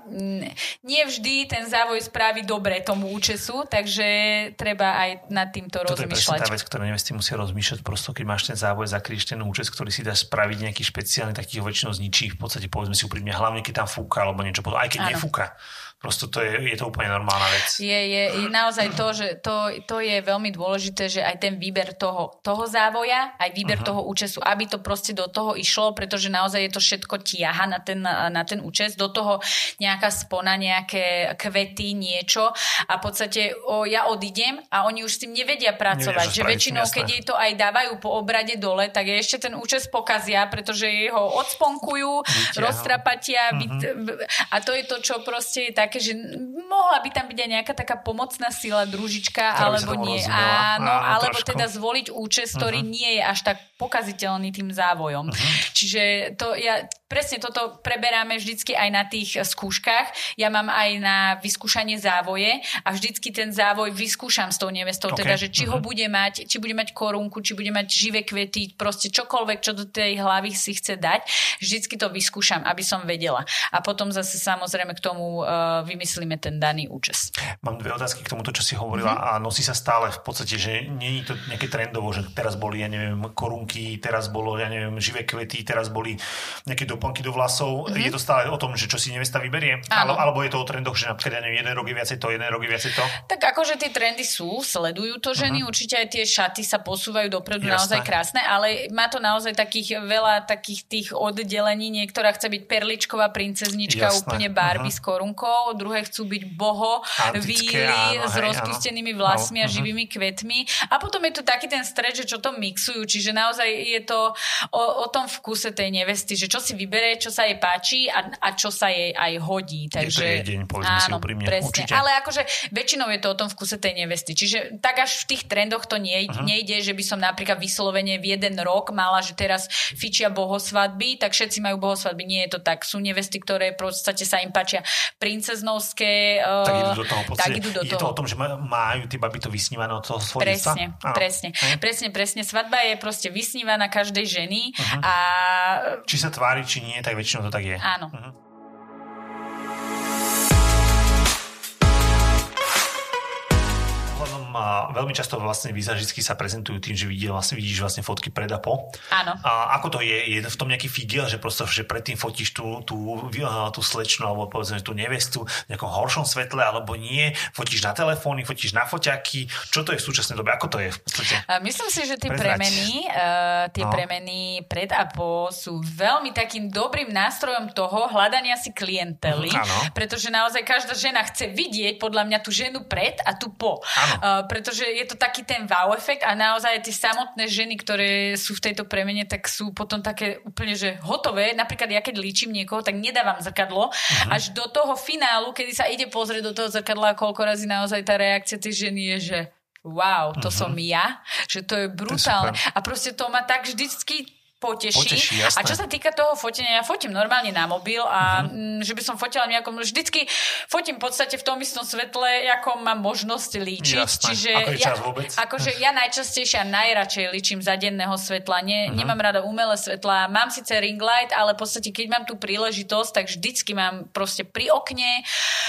nie vždy ten závoj spraví dobre tomu účesu, takže treba aj nad týmto rozmýšľať. Toto je presne tá vec, ktorú nevesty musia rozmýšľať. Prosto, keď máš ten závoj, zakryješ ten účes, ktorý si dáš spraviť nejaký špeciálny, taký ho väčšinou zničí. V podstate povedzme si úprimne, hlavne keď tam fúka alebo niečo, aj keď nefúka. Prosto je to úplne normálna vec. Je naozaj to, že to je veľmi dôležité, že aj ten výber toho závoja, aj výber toho účesu, aby to proste do toho išlo, pretože naozaj je to všetko tiaha na ten účes, do toho nejaká spona, nejaké kvety, niečo a v podstate ja odídem a oni už s tým nevedia pracovať, že väčšinou, keď jej to aj dávajú po obrade dole, tak je ešte ten účes pokazia, pretože ho odsponkujú, roztrapatia a to je to, čo proste je také, že mohla by tam byť aj nejaká taká pomocná sila, družička, alebo nie. Áno, alebo trošku. Teda zvoliť účes, ktorý nie je až tak pokaziteľný tým závojom. Čiže presne toto preberáme vždycky aj na tých skúškach. Ja mám aj na vyskúšanie závoje a vždycky ten závoj vyskúšam s tou nevestou, teda, že či ho bude mať, či bude mať korunku, či bude mať živé kvety, proste čokoľvek, čo do tej hlavy si chce dať, vždycky to vyskúšam, aby som vedela. A potom zase samozrejme k tomu vymyslíme ten daný účes. Mám 2 otázky k tomuto, čo si hovorila a nosí sa stále v podstate, že nie je to nejaké trendovo, že teraz boli, ja neviem, korunky, teraz bolo, ja neviem, živé kvety, teraz boli nejaké doplnky do vlasov. Je to stále o tom, že čo si nevesta vyberie? Alebo je to o trendoch, že napríklad, ja neviem, jeden rok je viacej to, jeden rok je viacej to? Tak akože tie trendy sledujú to ženy, určite aj tie šaty sa posúvajú dopredu, naozaj krásne, ale má to naozaj veľa takých tých oddelení. Niektorá chce byť perličková princeznička, úplne Barbie s korunkou, druhé chcú byť boho, víly s rozpustenými vlasmi a živými kvetmi. A potom je tu taký ten stred, že čo to mixujú, čiže naozaj je to o tom vkuse tej nevesty, že čo si vyberie, čo sa jej páči a čo sa jej aj hodí. Takže, je to deň, povedzme si úprimne. Presne. Určite. Ale akože väčšinou je to o tom vkuse tej nevesty. Čiže tak až v tých trendoch to nejde, že by som napríklad vyslovene v jeden rok mala, že teraz fičia bohosvadby, tak všetci majú bohosvadby. Nie je to tak. Sú nevesty, ktoré v podstate sa im páčia princeznovské. Tak idú do toho. Je to o tom, že majú tí baby to vysnívané od toho svojstva? Presne. Svadba je proste vysnívaná každej ženy. A či sa tvári, či či nie, tak väčšinou to tak je. Áno. Veľmi často vlastne výzažistky sa prezentujú tým, že vidíš vlastne fotky pred a po. Áno. A ako to je? Je v tom nejaký figel, že proste, že predtým fotíš tú slečnu alebo povedzme tú nevestu v nejakom horšom svetle, alebo nie? Fotíš na telefóny, fotíš na foťaky? Čo to je v súčasnej dobe? Ako to je v podstate? Myslím si, že tie premeny pred a po sú veľmi takým dobrým nástrojom toho hľadania si klientely, pretože naozaj každá žena chce vidieť podľa mňa tú ženu pred a tú po. Pretože je to taký ten wow efekt a naozaj tie samotné ženy, ktoré sú v tejto premene, tak sú potom také úplne, že hotové. Napríklad ja keď líčim niekoho, tak nedávam zrkadlo až do toho finálu, kedy sa ide pozrieť do toho zrkadla a koľko razy naozaj tá reakcia tej ženy je, že wow, to som ja, že to je brutálne. A proste to ma tak vždycky poteší. A čo sa týka toho fotenia, ja fotím normálne na mobil a že by som fotila nejakom, vždycky fotím v podstate v tom istom svetle, ako mám možnosť líčiť. Jasné. Čiže akože ja najčastejšie a najradšej líčim za denného svetla. Nemám rada umelé svetla. Mám síce ring light, ale v podstate keď mám tú príležitosť, tak vždycky mám proste pri okne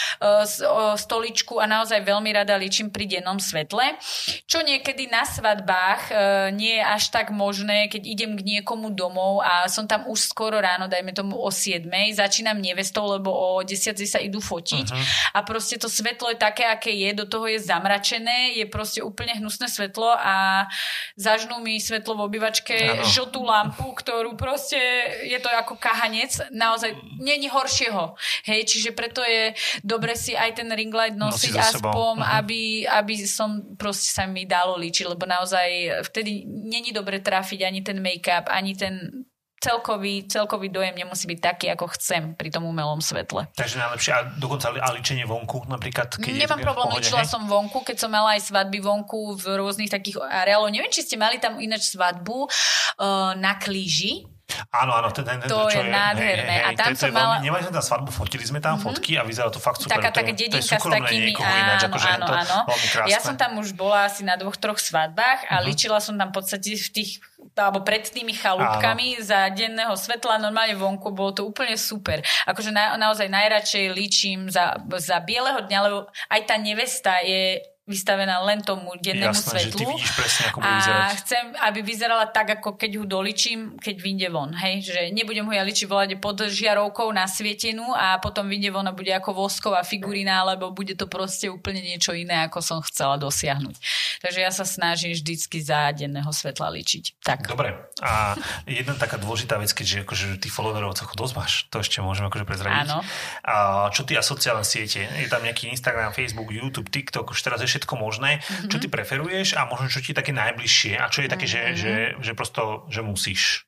stoličku a naozaj veľmi rada líčim pri dennom svetle. Čo niekedy na svadbách nie je až tak možné, keď idem k niekomu domov a som tam už skoro ráno, dajme tomu o 7:00, začínam nevestou, lebo o 10:00 sa idú fotiť a proste to svetlo je také, aké je, do toho je zamračené, je proste úplne hnusné svetlo a zažnú mi svetlo v obývačke žltú lampu, ktorú proste je to ako kahanec, naozaj není horšieho. Hej, čiže preto je dobre si aj ten ring light nosiť aspoň, aby som proste sa mi dalo líčiť, lebo naozaj vtedy není dobre trafiť ani ten make-up, ani ten celkový dojem nemusí byť taký, ako chcem pri tom umelom svetle. Takže najlepšie a dokonca líčenie vonku napríklad? Nemám problém, líčila som vonku, keď som mala aj svadby vonku v rôznych takých areáloch. Neviem, či ste mali tam ináč svadbu na Klíži. Áno, to je nádherné. A tam som mala... Nemali sme tam svadbu, fotili sme tam fotky a vyzeralo to fakt super. Taká dedinka s takými... Áno. Ja som tam už bola asi na 2-3 svadbách a líčila som tam v podstate v tých alebo pred tými chalúbkami za denného svetla, normálne vonku, bolo to úplne super. Akože naozaj najradšej líčim za bieleho dňa, lebo aj tá nevesta je vystavená len tomu dennému svetlu. Že ty vidíš presne, ako bude vyzerať. A chcem, aby vyzerala tak, ako keď ho doličím, keď vyjde von. Hej? Že nebudem ho ja ličiť volať pod žiarovkou nasvietenú a potom vyjde von a bude ako vosková figurína, alebo bude to proste úplne niečo iné, ako som chcela dosiahnuť. Takže ja sa snažím vždycky za denného svetla ličiť. Tak. Dobre. A jedna taká dôležitá vec, keďže akože tých followerov dosť máš, to ešte môžeme akože prezradiť. Áno. A čo ty a sociálne siete? Je tam nejaký Instagram, Facebook, YouTube, TikTok, už teraz je všetko možné. Čo ty preferuješ a možno čo ti je také najbližšie a čo je také, že prosto, že musíš?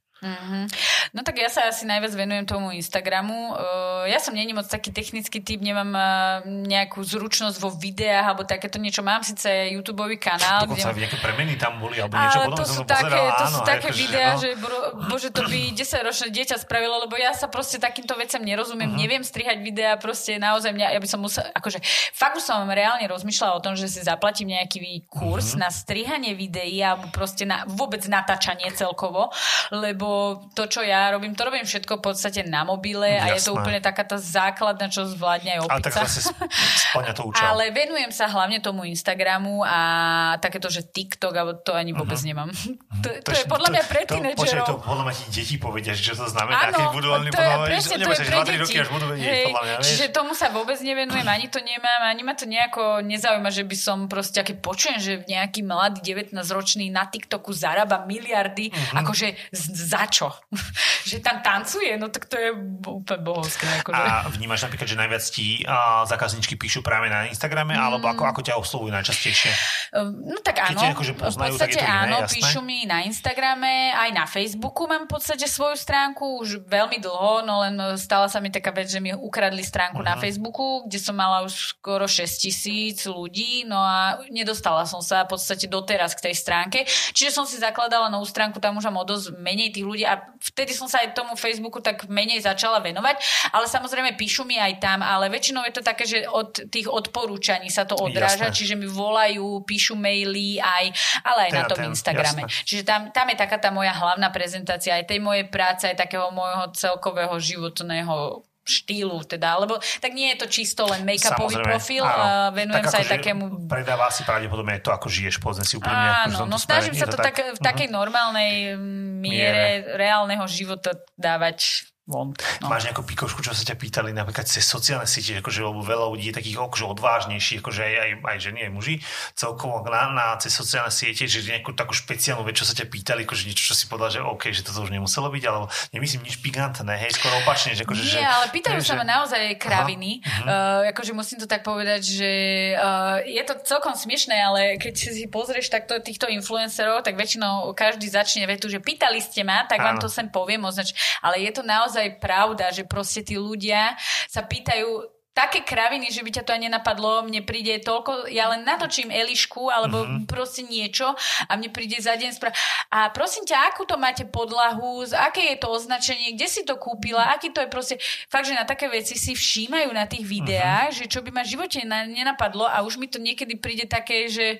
No tak ja sa asi najviac venujem tomu Instagramu. Ja som není moc taký technický typ, nemám nejakú zručnosť vo videách alebo takéto niečo. Mám síce YouTubeový kanál. Dokonca nejaké premeny tam boli alebo niečo. Ale to sú také videá, že bože, to by 10-ročné dieťa spravilo, lebo ja sa proste takýmto veciam nerozumiem. Neviem strihať videá, proste naozaj ja by som musela, akože fakt už som reálne rozmýšľala o tom, že si zaplatím nejaký kurz na strihanie videí alebo proste na vôbec natáčanie celkovo, lebo to, čo ja robím, to robím všetko v podstate na mobile. Jasné. A je to úplne taká tá základná, čo zvládne aj opica. Ale tak zase spĺňa to účel. Ale venujem sa hlavne tomu Instagramu a takéto, že TikTok, alebo to ani vôbec nemám. To je podľa mňa pre tínedžerov. Počkaj, to podľa mňa ti deti povedia, čo to znamená, keď budú len presne, to je pre deti. Až budú vedieť, podľa mňa, čiže tomu sa vôbec nevenujem, ani to nemám, ani ma to nejako nezaujíma, že by som proste, aké počujem, že nejaký mladý 19-ročný na TikToku zarába miliardy, akože za čo? Že tam tancuje? No tak to je úplne bohovské. Akože. A vnímaš napríklad, že najviac ti zákazničky píšu práve na Instagrame, alebo ako ťa oslovujú najčastejšie? No tak áno. Akože poznajú, v podstate tak je to iné, áno, jasné? píšu mi na Instagrame, aj na Facebooku mám v podstate svoju stránku už veľmi dlho, no len stala sa mi taká vec, že mi ukradli stránku na Facebooku, kde som mala už skoro 6,000 ľudí, no a nedostala som sa v podstate doteraz k tej stránke. Čiže som si zakladala novú stránku, tam už mám o dosť menej tých ľudí a vtedy som sa aj tomu Facebooku tak menej začala venovať, ale samozrejme píšu mi aj tam, ale väčšinou je to také, že od tých odporúčaní sa to odráža, čiže mi volajú, píšu maily ale aj na tom Instagrame. Jasné. Čiže tam je taká tá moja hlavná prezentácia aj tej mojej práce, aj takého môjho celkového životného štýlu, teda, lebo tak nie je to čisto len make-upový profil, venujem tak sa aj takému... Predáva si pravdepodobne to, ako žiješ, povedzme si úplne. Áno, no snažím sa to tak v takej normálnej miere reálneho života dávať von. No. Máš nejakú pikošku, čo sa ťa pýtali napríklad cez sociálne siete, akože veľa ľudí je takých akože odvážnejších, akože aj ženy, aj muži, celkovo cez sociálne siete, že nejakú takú špeciálnu vec, čo sa ťa pýtali, akože niečo, čo si povedal, že OK, že toto už nemuselo byť, alebo nemyslím nič pikantné, hej, skoro opačne, že akože... Nie, ale pýtajú sa ma naozaj kraviny, akože musím to tak povedať, že je to celkom smiešné, ale keď si pozrieš takto týchto influencerov, tak väčšinou každý začne vetu, že pýtali ste ma, tak vám to sem poviem, ale je to naozaj pravda, že proste tí ľudia sa pýtajú také kraviny, že by ťa to ani nenapadlo, mne príde toľko, ja len natočím Elišku alebo proste niečo a mne príde za deň a prosím ťa, akú to máte podlahu, aké je to označenie, kde si to kúpila, aký to je proste, fakt, že na také veci si všímajú na tých videách, že čo by ma v živote nenapadlo a už mi to niekedy príde také, že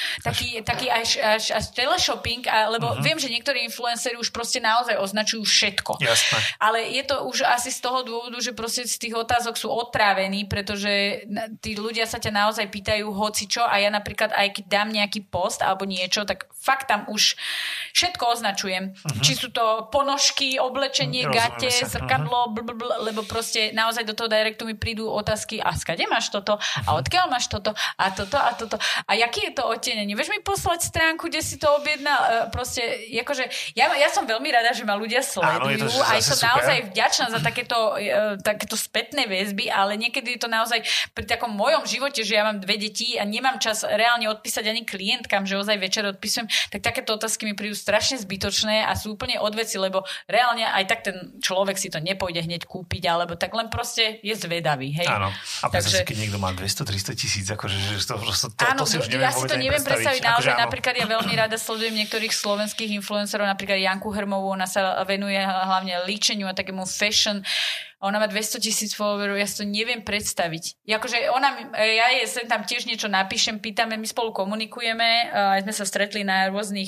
taký až teleshopping, lebo viem, že niektorí influenceri už proste naozaj označujú všetko. Jasné. Ale je to už asi z toho dôvodu, že proste z tých otázok sú otrávení, pretože tí ľudia sa ťa naozaj pýtajú hocičo a ja napríklad aj keď dám nejaký post alebo niečo, tak fakt tam už všetko označujem. Či sú to ponožky, oblečenie, gate, zrkadlo, lebo proste naozaj do toho directu mi prídu otázky, a skade máš toto? A odkiaľ máš toto? A toto a toto? A jaký je to odtienenie? Vieš mi poslať stránku, kde si to objednal? Proste, akože, ja som veľmi rada, že ma ľudia sledujú a som naozaj vďačná za takéto spätné väzby, ale niekedy je to naozaj pri takom mojom živote, že ja mám 2 deti a nemám čas reálne odpísať ani klientkám, že ozaj večer odpisujem, tak takéto otázky mi prídu strašne zbytočné a sú úplne odveci, lebo reálne aj tak ten človek si to nepôjde hneď kúpiť, alebo tak len proste je zvedavý. Hej? Áno. A takže keď niekto má 200-300 tisíc, akože to si už neviem ja si to neviem predstaviť. Naozaj napríklad ja veľmi rada sledujem niektorých slovenských influencerov, napríklad Janku Hrmovú, ona sa venuje hlavne líčeniu a takému fashion. Ona má 200 000 followerov, ja si to neviem predstaviť. Akože ja sem tam tiež niečo napíšem, pýtame, my spolu komunikujeme, aj sme sa stretli na rôznych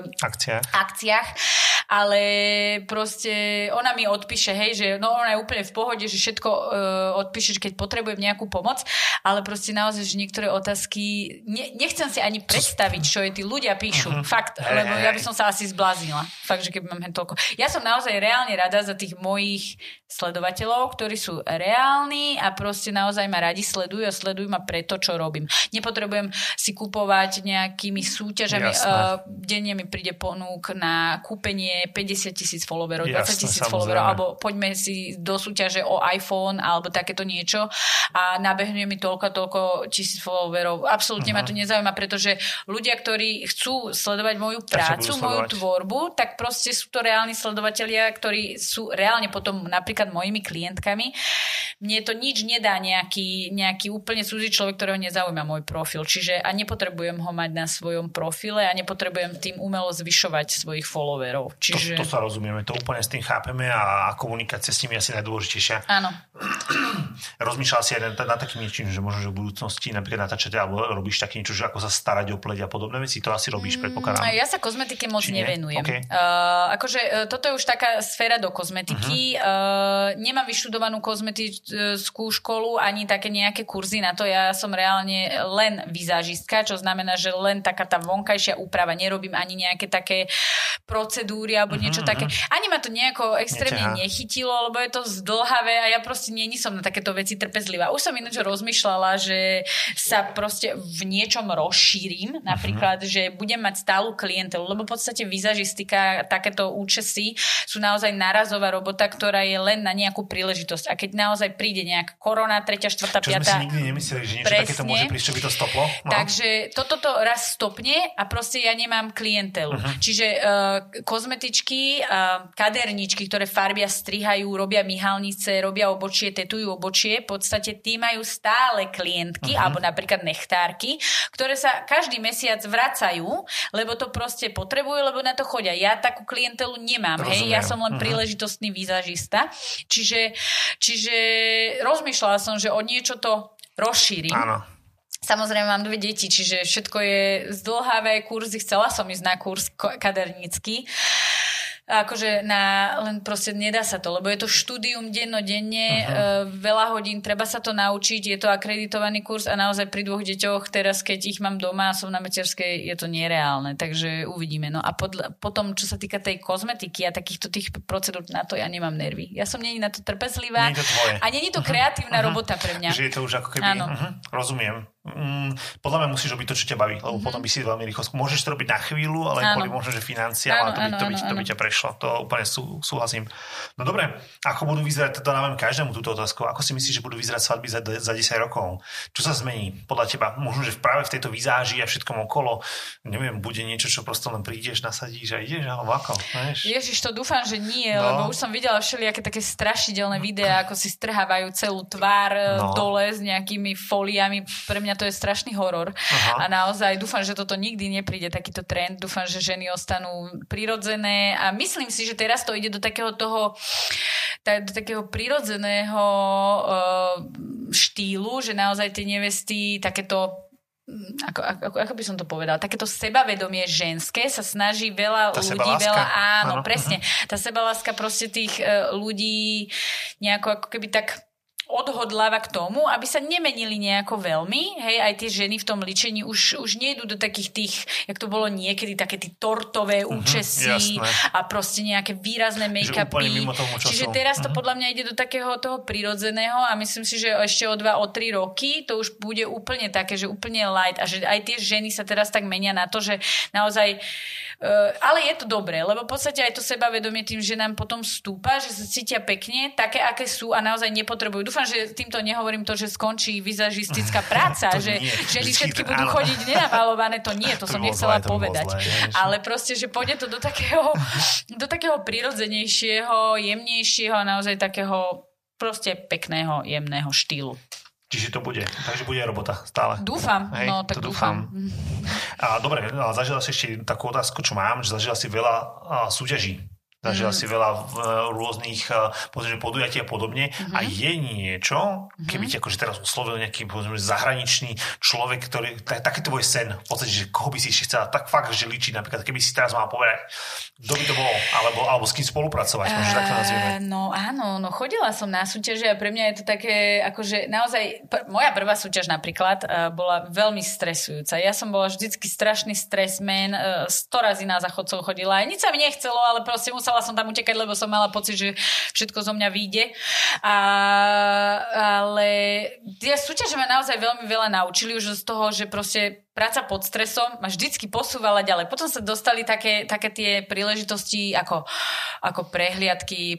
akciách, ale proste ona mi odpíše, hej, že no ona je úplne v pohode, že všetko odpíše, keď potrebujem nejakú pomoc, ale proste naozaj, že niektoré otázky nechcem si ani predstaviť, čo je tí ľudia píšu. Fakt, lebo ja by som sa asi zbláznila. Fakt, že keby mám toľko. Ja som naozaj reálne rada za tých mojich sledovateľov, ktorí sú reálni a proste naozaj ma radi sledujú a sledujú ma preto, čo robím. Nepotrebujem si kupovať nejakými súťažami. Denne mi príde ponúk na kúpenie 50 000 followerov, 20 000 followerov, alebo poďme si do súťaže o iPhone alebo takéto niečo a nabehnuje mi toľko tisíc followerov. Absolútne ma to nezaujíma, pretože ľudia, ktorí chcú sledovať moju prácu, moju tvorbu, tak proste sú to reálni sledovatelia, ktorí sú reálne potom napríklad mojimi klientkami. Mne to nič nedá nejaký úplne cudzí človek, ktorého nezaujíma môj profil. Čiže a nepotrebujem ho mať na svojom profile a nepotrebujem tým umelo zvyšovať svojich followerov. Čiže... To sa rozumieme, to úplne s tým chápeme a komunikácia s nimi je asi najdôležitejšia. Áno. Rozmýšľal si aj na takým niečím, že možno, že v budúcnosti napríklad natáčate alebo robíš také niečo, že ako sa starať o pleť a podobné veci, to asi robíš, predpokladám. Ja sa kozmetike moc nevenujem. Okay. Akože toto je už taká sféra do kozmetiky. Nemám vyštudovanú kozmetickú školu ani také nejaké kurzy na to. Ja som reálne len vizážistka, čo znamená, že len taká tá vonkajšia úprava. Nerobím ani nejaké také procedúry alebo niečo také. Ani ma to nejako extrémne nechytilo, lebo je to zdĺhavé a ja proste nie som na takéto veci trpezlivá. Už som ináč rozmýšľala, že sa proste v niečom rozšírim. Napríklad, že budem mať stálu klientelu, lebo v podstate vizážistika, takéto účesy sú naozaj nárazová robota, ktorá je len na nejakú príležitosť. A keď naozaj príde nejaká korona, 3., 4., 5. Čo sme si nikdy nemysleli, že niečo takéto môže prísť, čo by to stoplo. No. Takže toto raz stopne a proste ja nemám klientelu. Čiže kozmetičky, kaderničky, ktoré farbia, strihajú, robia myhalnice, robia obočie, tetujú obočie, v podstate tí majú stále klientky, alebo napríklad nechtárky, ktoré sa každý mesiac vracajú, lebo to proste potrebujú, lebo na to chodia. Ja takú klientelu nemám. Hej? Ja som len príležitostný vizážista. Čiže rozmýšľala som, že o niečo to rozšírim. Áno. Samozrejme mám 2 deti, čiže všetko je zdĺhavé kurzy. Chcela som ísť na kurz kadernícky. Akože len proste nedá sa to, lebo je to štúdium dennodenne, veľa hodín, treba sa to naučiť, je to akreditovaný kurz a naozaj pri 2 deťoch, teraz keď ich mám doma a som na materskej, je to nereálne, takže uvidíme. No a potom, čo sa týka tej kozmetiky a takýchto tých procedúr, na to ja nemám nervy. Ja som není na to trpezlivá a není to kreatívna robota pre mňa. Že je to už ako keby, rozumiem. Podľa mňa musíš robiť to, čo ťa baví, lebo potom by si veľmi rýchlo... Môžeš to robiť na chvíľu, ale kvôli možno, že financiám a to by ťa prešlo. To úplne súhlasím. No dobre, ako budú vyzerať, to dávam každému túto otázku, ako si myslíš, že budú vyzerať svadby za 10 rokov? Čo sa zmení podľa teba? Možno, že práve v tejto vizáži a všetkom okolo, neviem, bude niečo, čo proste len prídeš, nasadíš a ideš, alebo ako? Ježiš, to dúfam, že nie, lebo už som videla všelijaké také strašidelné videá, ako si strhávajú celú tvár dole s nejakými fóliami. Pre mňa to je strašný horor. A naozaj dúfam, že toto nikdy nepríde takýto trend. Dúfam, že ženy ostanú prirodzené a myslím si, že teraz to ide do takého prirodzeného štýlu, že naozaj tie nevesty takéto ako by som to povedala, takéto sebavedomie ženské sa snaží veľa ľudí, áno, presne. Tá sebaláska proste tých ľudí nejako ako keby tak odhodláva k tomu, aby sa nemenili nejako veľmi. Hej, aj tie ženy v tom ličení už nejdú do takých tých, jak to bolo niekedy, také tí tortové účesy a proste nejaké výrazné make-upy. Čiže teraz to podľa mňa ide do takého toho prirodzeného a myslím si, že ešte o 2-3 roky to už bude úplne také, že úplne light a že aj tie ženy sa teraz tak menia na to, že naozaj ale je to dobré, lebo v podstate aj to sebavedomie tým ženám potom stúpa, že sa cítia pekne, také, aké sú a naozaj nepotrebujú. Dúfam, že týmto nehovorím to, že skončí vizažistická práca, že ženy všetky budú chodiť nenamalované, to nie, to som nechcela povedať. Ale proste, že pôjde to do takého prirodzenejšieho, jemnejšieho a naozaj takého proste pekného, jemného štýlu. Čiže to bude. Takže bude robota stále. Dúfam. Hej, no, tak dúfam. A dobre, zažila si ešte takú otázku, čo mám, že zažila si veľa súťaží. Zažila si veľa rôznych podujatí a podobne. A je niečo, keby ti akože teraz oslovil nejaký zahraničný človek, ktorý, taký tvoj sen, v podstate, že koho by si ešte chcela tak fakt, že líčiť, napríklad, keby si teraz mal povedať, kto by to bol, alebo s kým spolupracovať, možno tak to nazvieme. No áno, chodila som na súťaže a pre mňa je to také, akože naozaj, moja prvá súťaž napríklad bola veľmi stresujúca. Ja som bola vždycky strašný stresman, 100 razy na záchodcov chodila a nič sa mi nechcelo, ale proste musela som tam utekať, lebo som mala pocit, že všetko zo mňa vyjde. Ale tie súťaže ma naozaj veľmi veľa naučili už z toho, že proste práca pod stresom ma vždycky posúvala ďalej. Potom sa dostali také tie príležitosti ako prehliadky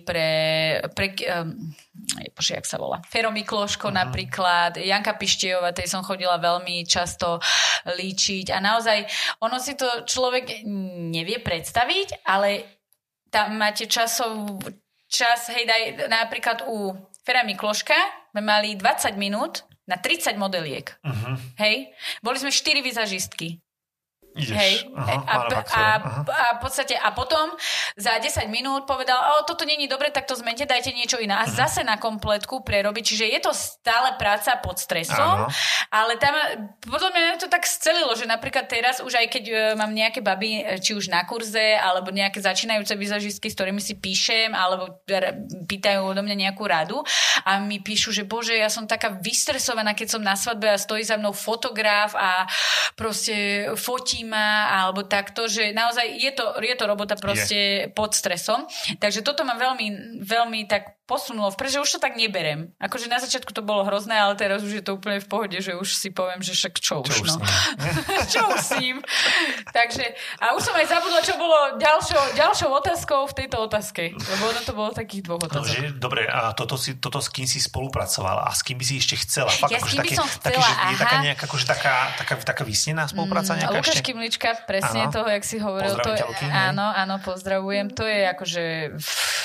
jak sa volá? Fero Mikloško napríklad, Janka Pištejová, tej som chodila veľmi často líčiť a naozaj ono si to človek nevie predstaviť, ale tam máte čas, hej, daj, napríklad u Fera Mikloška sme mali 20 minút na 30 modeliek. Hej? Boli sme 4 vizažistky. Ideš. Hej. A v podstate a potom za 10 minút povedal, toto nie je dobre, tak to zmente, dajte niečo iné. A zase na kompletku prerobiť. Čiže je to stále práca pod stresom, ale tam podľa mňa to tak scelilo, že napríklad teraz už aj keď mám nejaké baby, či už na kurze, alebo nejaké začínajúce vizažistky, s ktorými si píšem, alebo pýtajú odo mňa nejakú radu a mi píšu, že bože, ja som taká vystresovaná, keď som na svadbe a stojí za mnou fotograf a proste fotí ma, alebo takto, že naozaj je to robota proste pod stresom. Takže toto ma veľmi, veľmi tak posunulo vpred, že už to tak neberem. Akože na začiatku to bolo hrozné, ale teraz už je to úplne v pohode, že už si poviem, že však čo už s ním. Takže, a už som aj zabudla, čo bolo ďalšou otázkou v tejto otázke. Lebo ono to bolo takých 2 otázok. Dobre, a toto s kým si spolupracovala a s kým by si ešte chcela? Fakt, ja s kým by som chcela, je taká nejaká, akože taká vysnená spolupráca nejaká Lukáš Kymlička, presne toho, jak si hovoril. Pozdraviteľky. Áno, pozdravujem. To je akože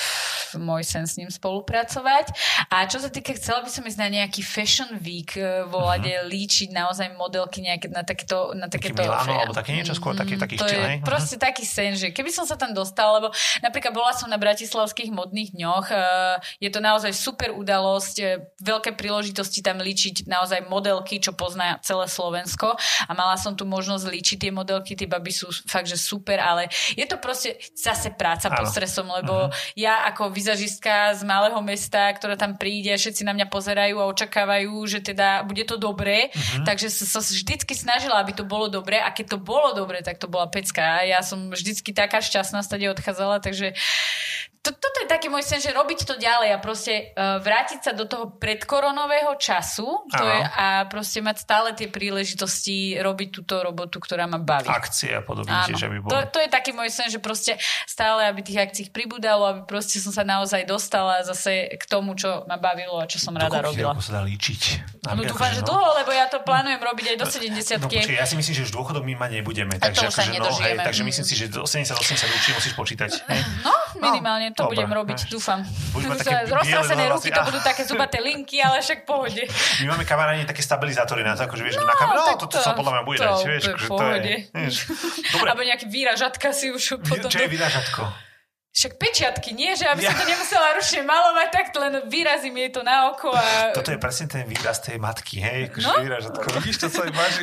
môj sen s ním spolupracovať. A čo sa týka, chcela by som ísť na nejaký Fashion Week, líčiť naozaj modelky nejaké na takéto... Milano, alebo také niečo skôr, taký to štýl, je proste taký sen, že keby som sa tam dostala, lebo napríklad bola som na bratislavských modných dňoch, je to naozaj super udalosť, veľké príležitosti tam líčiť naozaj modelky, čo pozná celé Slovensko a mala som tu možnosť líčiť tie modelky, tie baby sú fakt, že super, ale je to proste zase práca pod stresom, lebo ja ako vizažistka z malého mesta, ktorá tam príde, všetci na mňa pozerajú a očakávajú, že teda bude to dobré, takže som vždycky snažila, aby to bolo dobré a keď to bolo dobré, tak to bola pecka. Ja som vždycky taká šťastná stade odchádzala, takže toto je taký môj sen, že robiť to ďalej a proste vrátiť sa do toho predkoronového času a proste mať stále tie príležitosti robiť túto robotu, ktorá ma baví. Akcie a podobne, že by bolo. To je taký môj sen, že proste stále, aby tých akcií pribúdalo, aby proste som sa naozaj dostala zase k tomu, čo ma bavilo a čo som rada robila. Ako sa dá líčiť? No dúfam, že dlho, lebo ja to plánujem robiť aj do 70-ky. No ja si myslím, že už dôchodom my mať nebudeme. Takže myslím si, že do 70-80 určite musíš počítať. No, minimálne to budem robiť, dúfam. Roztrasené ruky, to budú také zubaté linky, ale však pohode. My máme kamaráni také stabilizátory na to, akože vieš, na kameru, toto sa podľa mňa bude dať, vieš. To je pohode. Alebo nejaký výražatka si už potom... Čo je výražatko? Však pečiatky, nie? Že aby som to nemusela ručne malovať, tak len vyrazím jej to na oko a... Toto je presne ten výraz tej matky, hej? Akože výražatko. Vidíš, to sa aj váži.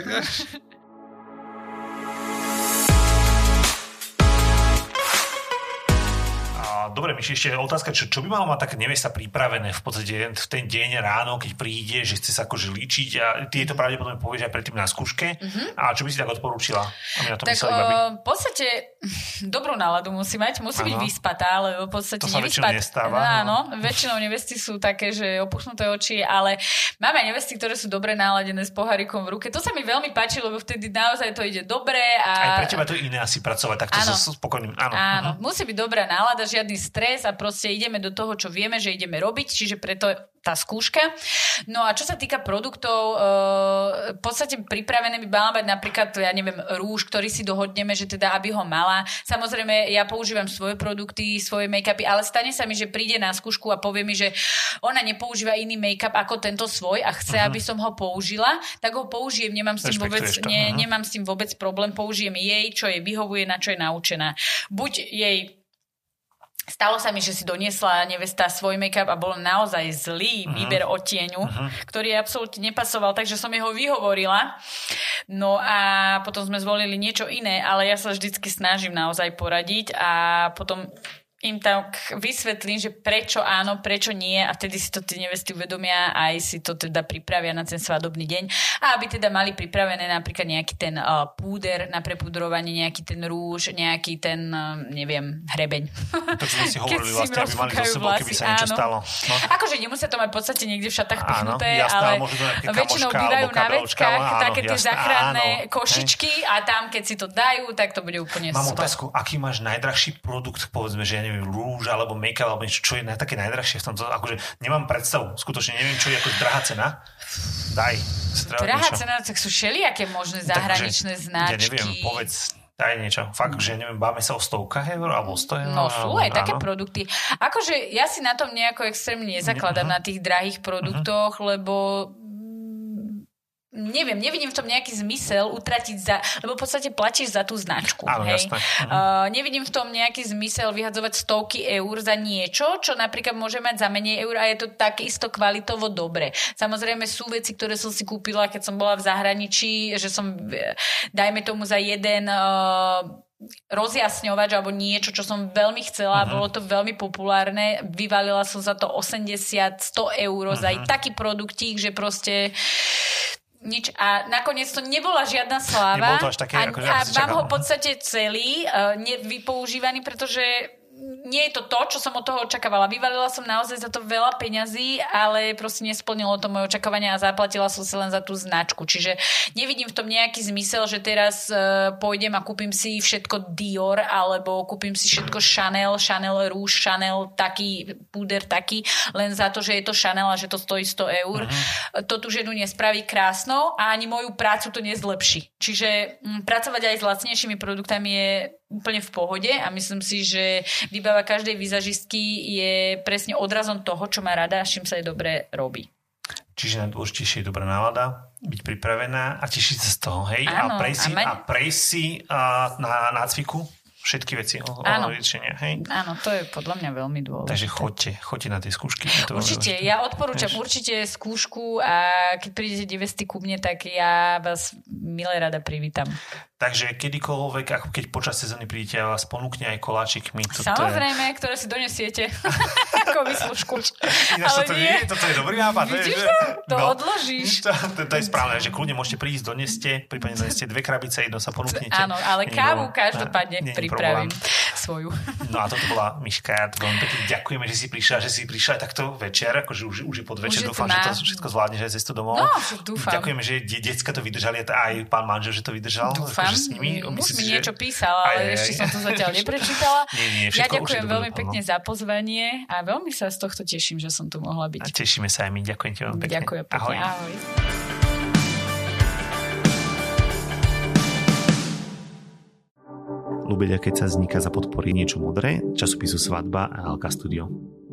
Dobre, Miši, ešte otázka, čo by malo mať tak nevesta pripravené v podstate v ten deň ráno, keď príde, že chce sa akože líčiť a ty to pravdepodobne povieš aj predtým na skúške. A čo by si tak odporúčila? Tak v podstate dobrú náladu musí mať, musí byť vyspatá, lebo v podstate to sa väčšinou nestáva. Áno, väčšinou nevesty sú také, že opuchnuté oči, ale máme nevesty, ktoré sú dobre náladené s pohárikom v ruke. To sa mi veľmi páči, lebo vtedy naozaj to ide dobre. Aj pre teba to je iné asi pracovať takto so spokojným. Áno, musí byť dobrá nálada, žiadny stres a proste ideme do toho, čo vieme, že ideme robiť, čiže preto tá skúška. No a čo sa týka produktov, v podstate pripravené by mala mať napríklad, ja neviem, rúž, ktorý si dohodneme, že teda aby ho mala. Samozrejme, ja používam svoje produkty, svoje make-upy, ale stane sa mi, že príde na skúšku a povie mi, že ona nepoužíva iný make-up ako tento svoj a chce, aby som ho použila, tak ho použijem, nemám s tým vôbec problém, použijem jej, čo jej vyhovuje, na čo je naučená. Buď jej stalo sa mi, že si doniesla nevesta svoj make-up a bol naozaj zlý výber odtieňu, ktorý absolútne nepasoval, takže som jeho vyhovorila. No a potom sme zvolili niečo iné, ale ja sa vždycky snažím naozaj poradiť a potom im tak vysvetlím, že prečo áno, prečo nie a vtedy si to tie nevesty uvedomia a aj si to teda pripravia na ten svadobný deň a aby teda mali pripravené napríklad nejaký ten púder na prepudrovanie, nejaký ten rúž, nejaký ten, neviem, hrebeň. To, čo si hovorili vlastne, aby mali zo sebou, keby sa niečo stalo. No. Akože nemusia to mať v podstate niekde v šatách pichnuté, ale väčšinou bývajú na veckách také tie záchranné košičky a tam, keď si to dajú, tak to bude úplne super. Mám otázku, aký máš najdrahší produkt, povedzme, že ja neviem, rúž alebo make-up alebo niečo, čo je také najdrahšie v tomto, akože nemám predstavu, skutočne neviem, čo je ako drahá cena. Daj. Drahá cena, tak sú všelijaké možné zahraničné značky. Ja neviem, povedz, daj niečo. Fakt, že neviem, báme sa o 100 eur alebo 100 eur. No sú aj také produkty. Akože ja si na tom nejako extrémne nezakladám na tých drahých produktoch, lebo nevidím v tom nejaký zmysel utratiť lebo v podstate platíš za tú značku. Áno, hej. Nevidím v tom nejaký zmysel vyhadzovať stovky eur za niečo, čo napríklad môže mať za menej eur a je to takisto kvalitovo dobre. Samozrejme sú veci, ktoré som si kúpila, keď som bola v zahraničí, že som, dajme tomu za jeden rozjasňovač alebo niečo, čo som veľmi chcela, bolo to veľmi populárne, vyvalila som za to 80-100 eur za taký produktík, že proste nič. A nakoniec to nebola žiadna sláva. Nebolo to až také, a mám ho v podstate celý nevypoužívaný, pretože nie je to to, čo som od toho očakávala. Vyvalila som naozaj za to veľa peňazí, ale proste nesplnilo to moje očakávania a zaplatila som si len za tú značku. Čiže nevidím v tom nejaký zmysel, že teraz pôjdem a kúpim si všetko Dior alebo kúpim si všetko Chanel rúž, Chanel taký, púder taký, len za to, že je to Chanel a že to stojí 100 eur. To tú ženu nespraví krásnou a ani moju prácu to nezlepší. Čiže pracovať aj s lacnejšími produktami je úplne v pohode a myslím si, že výbava každej vizažistky je presne odrazom toho, čo má rada a s čím sa jej dobre robí. Čiže najdôležitejšie je dobrá nálada, byť pripravená a tešiť sa z toho, hej? Áno, a prejsť si na nácviku všetky veci o riešenia, hej? Áno, to je podľa mňa veľmi dôležité. Takže choďte na tie skúšky. Určite, ja odporúčam určite skúšku a keď prídete 9 ku mne, tak ja vás milé rada privítam. Takže kedykoľvek, ako keď počas sezóny prídete, ja vás ponúkne aj koláčikmi. Samozrejme, ktoré si donesiete ako výslužku. Toto je dobrý nápad. Vidíš to? Odložíš. To je správne, že kľudne môžete prísť, doneste, prípadne doneste 2 krabice, jedno sa ponúknete. Áno, ale kávu každopádne pripravím svoju. No a toto bola Miška, ja veľmi pekne ďakujeme, že si prišla aj takto večer, akože už je podvečer, dúfam, že to všetko zvládneš aj cestu domov. No, dúfam. Ďakujeme, že decka to vydržali, aj pán manžel, že to vydržal. Dúfam. S nimi, muž mi niečo písal, ale ešte som to zatiaľ neprečítala. Ja ďakujem veľmi pekne za pozvanie a veľmi sa z tohto teším, že som tu mohla byť. A tešíme sa aj my. Ďakujem ti veľmi pekne. Ďakujem pekne. Ahoj. Ľubedia, keď sa vzniká za podpory Niečo modré, časopisu Svadba a Alka Studio.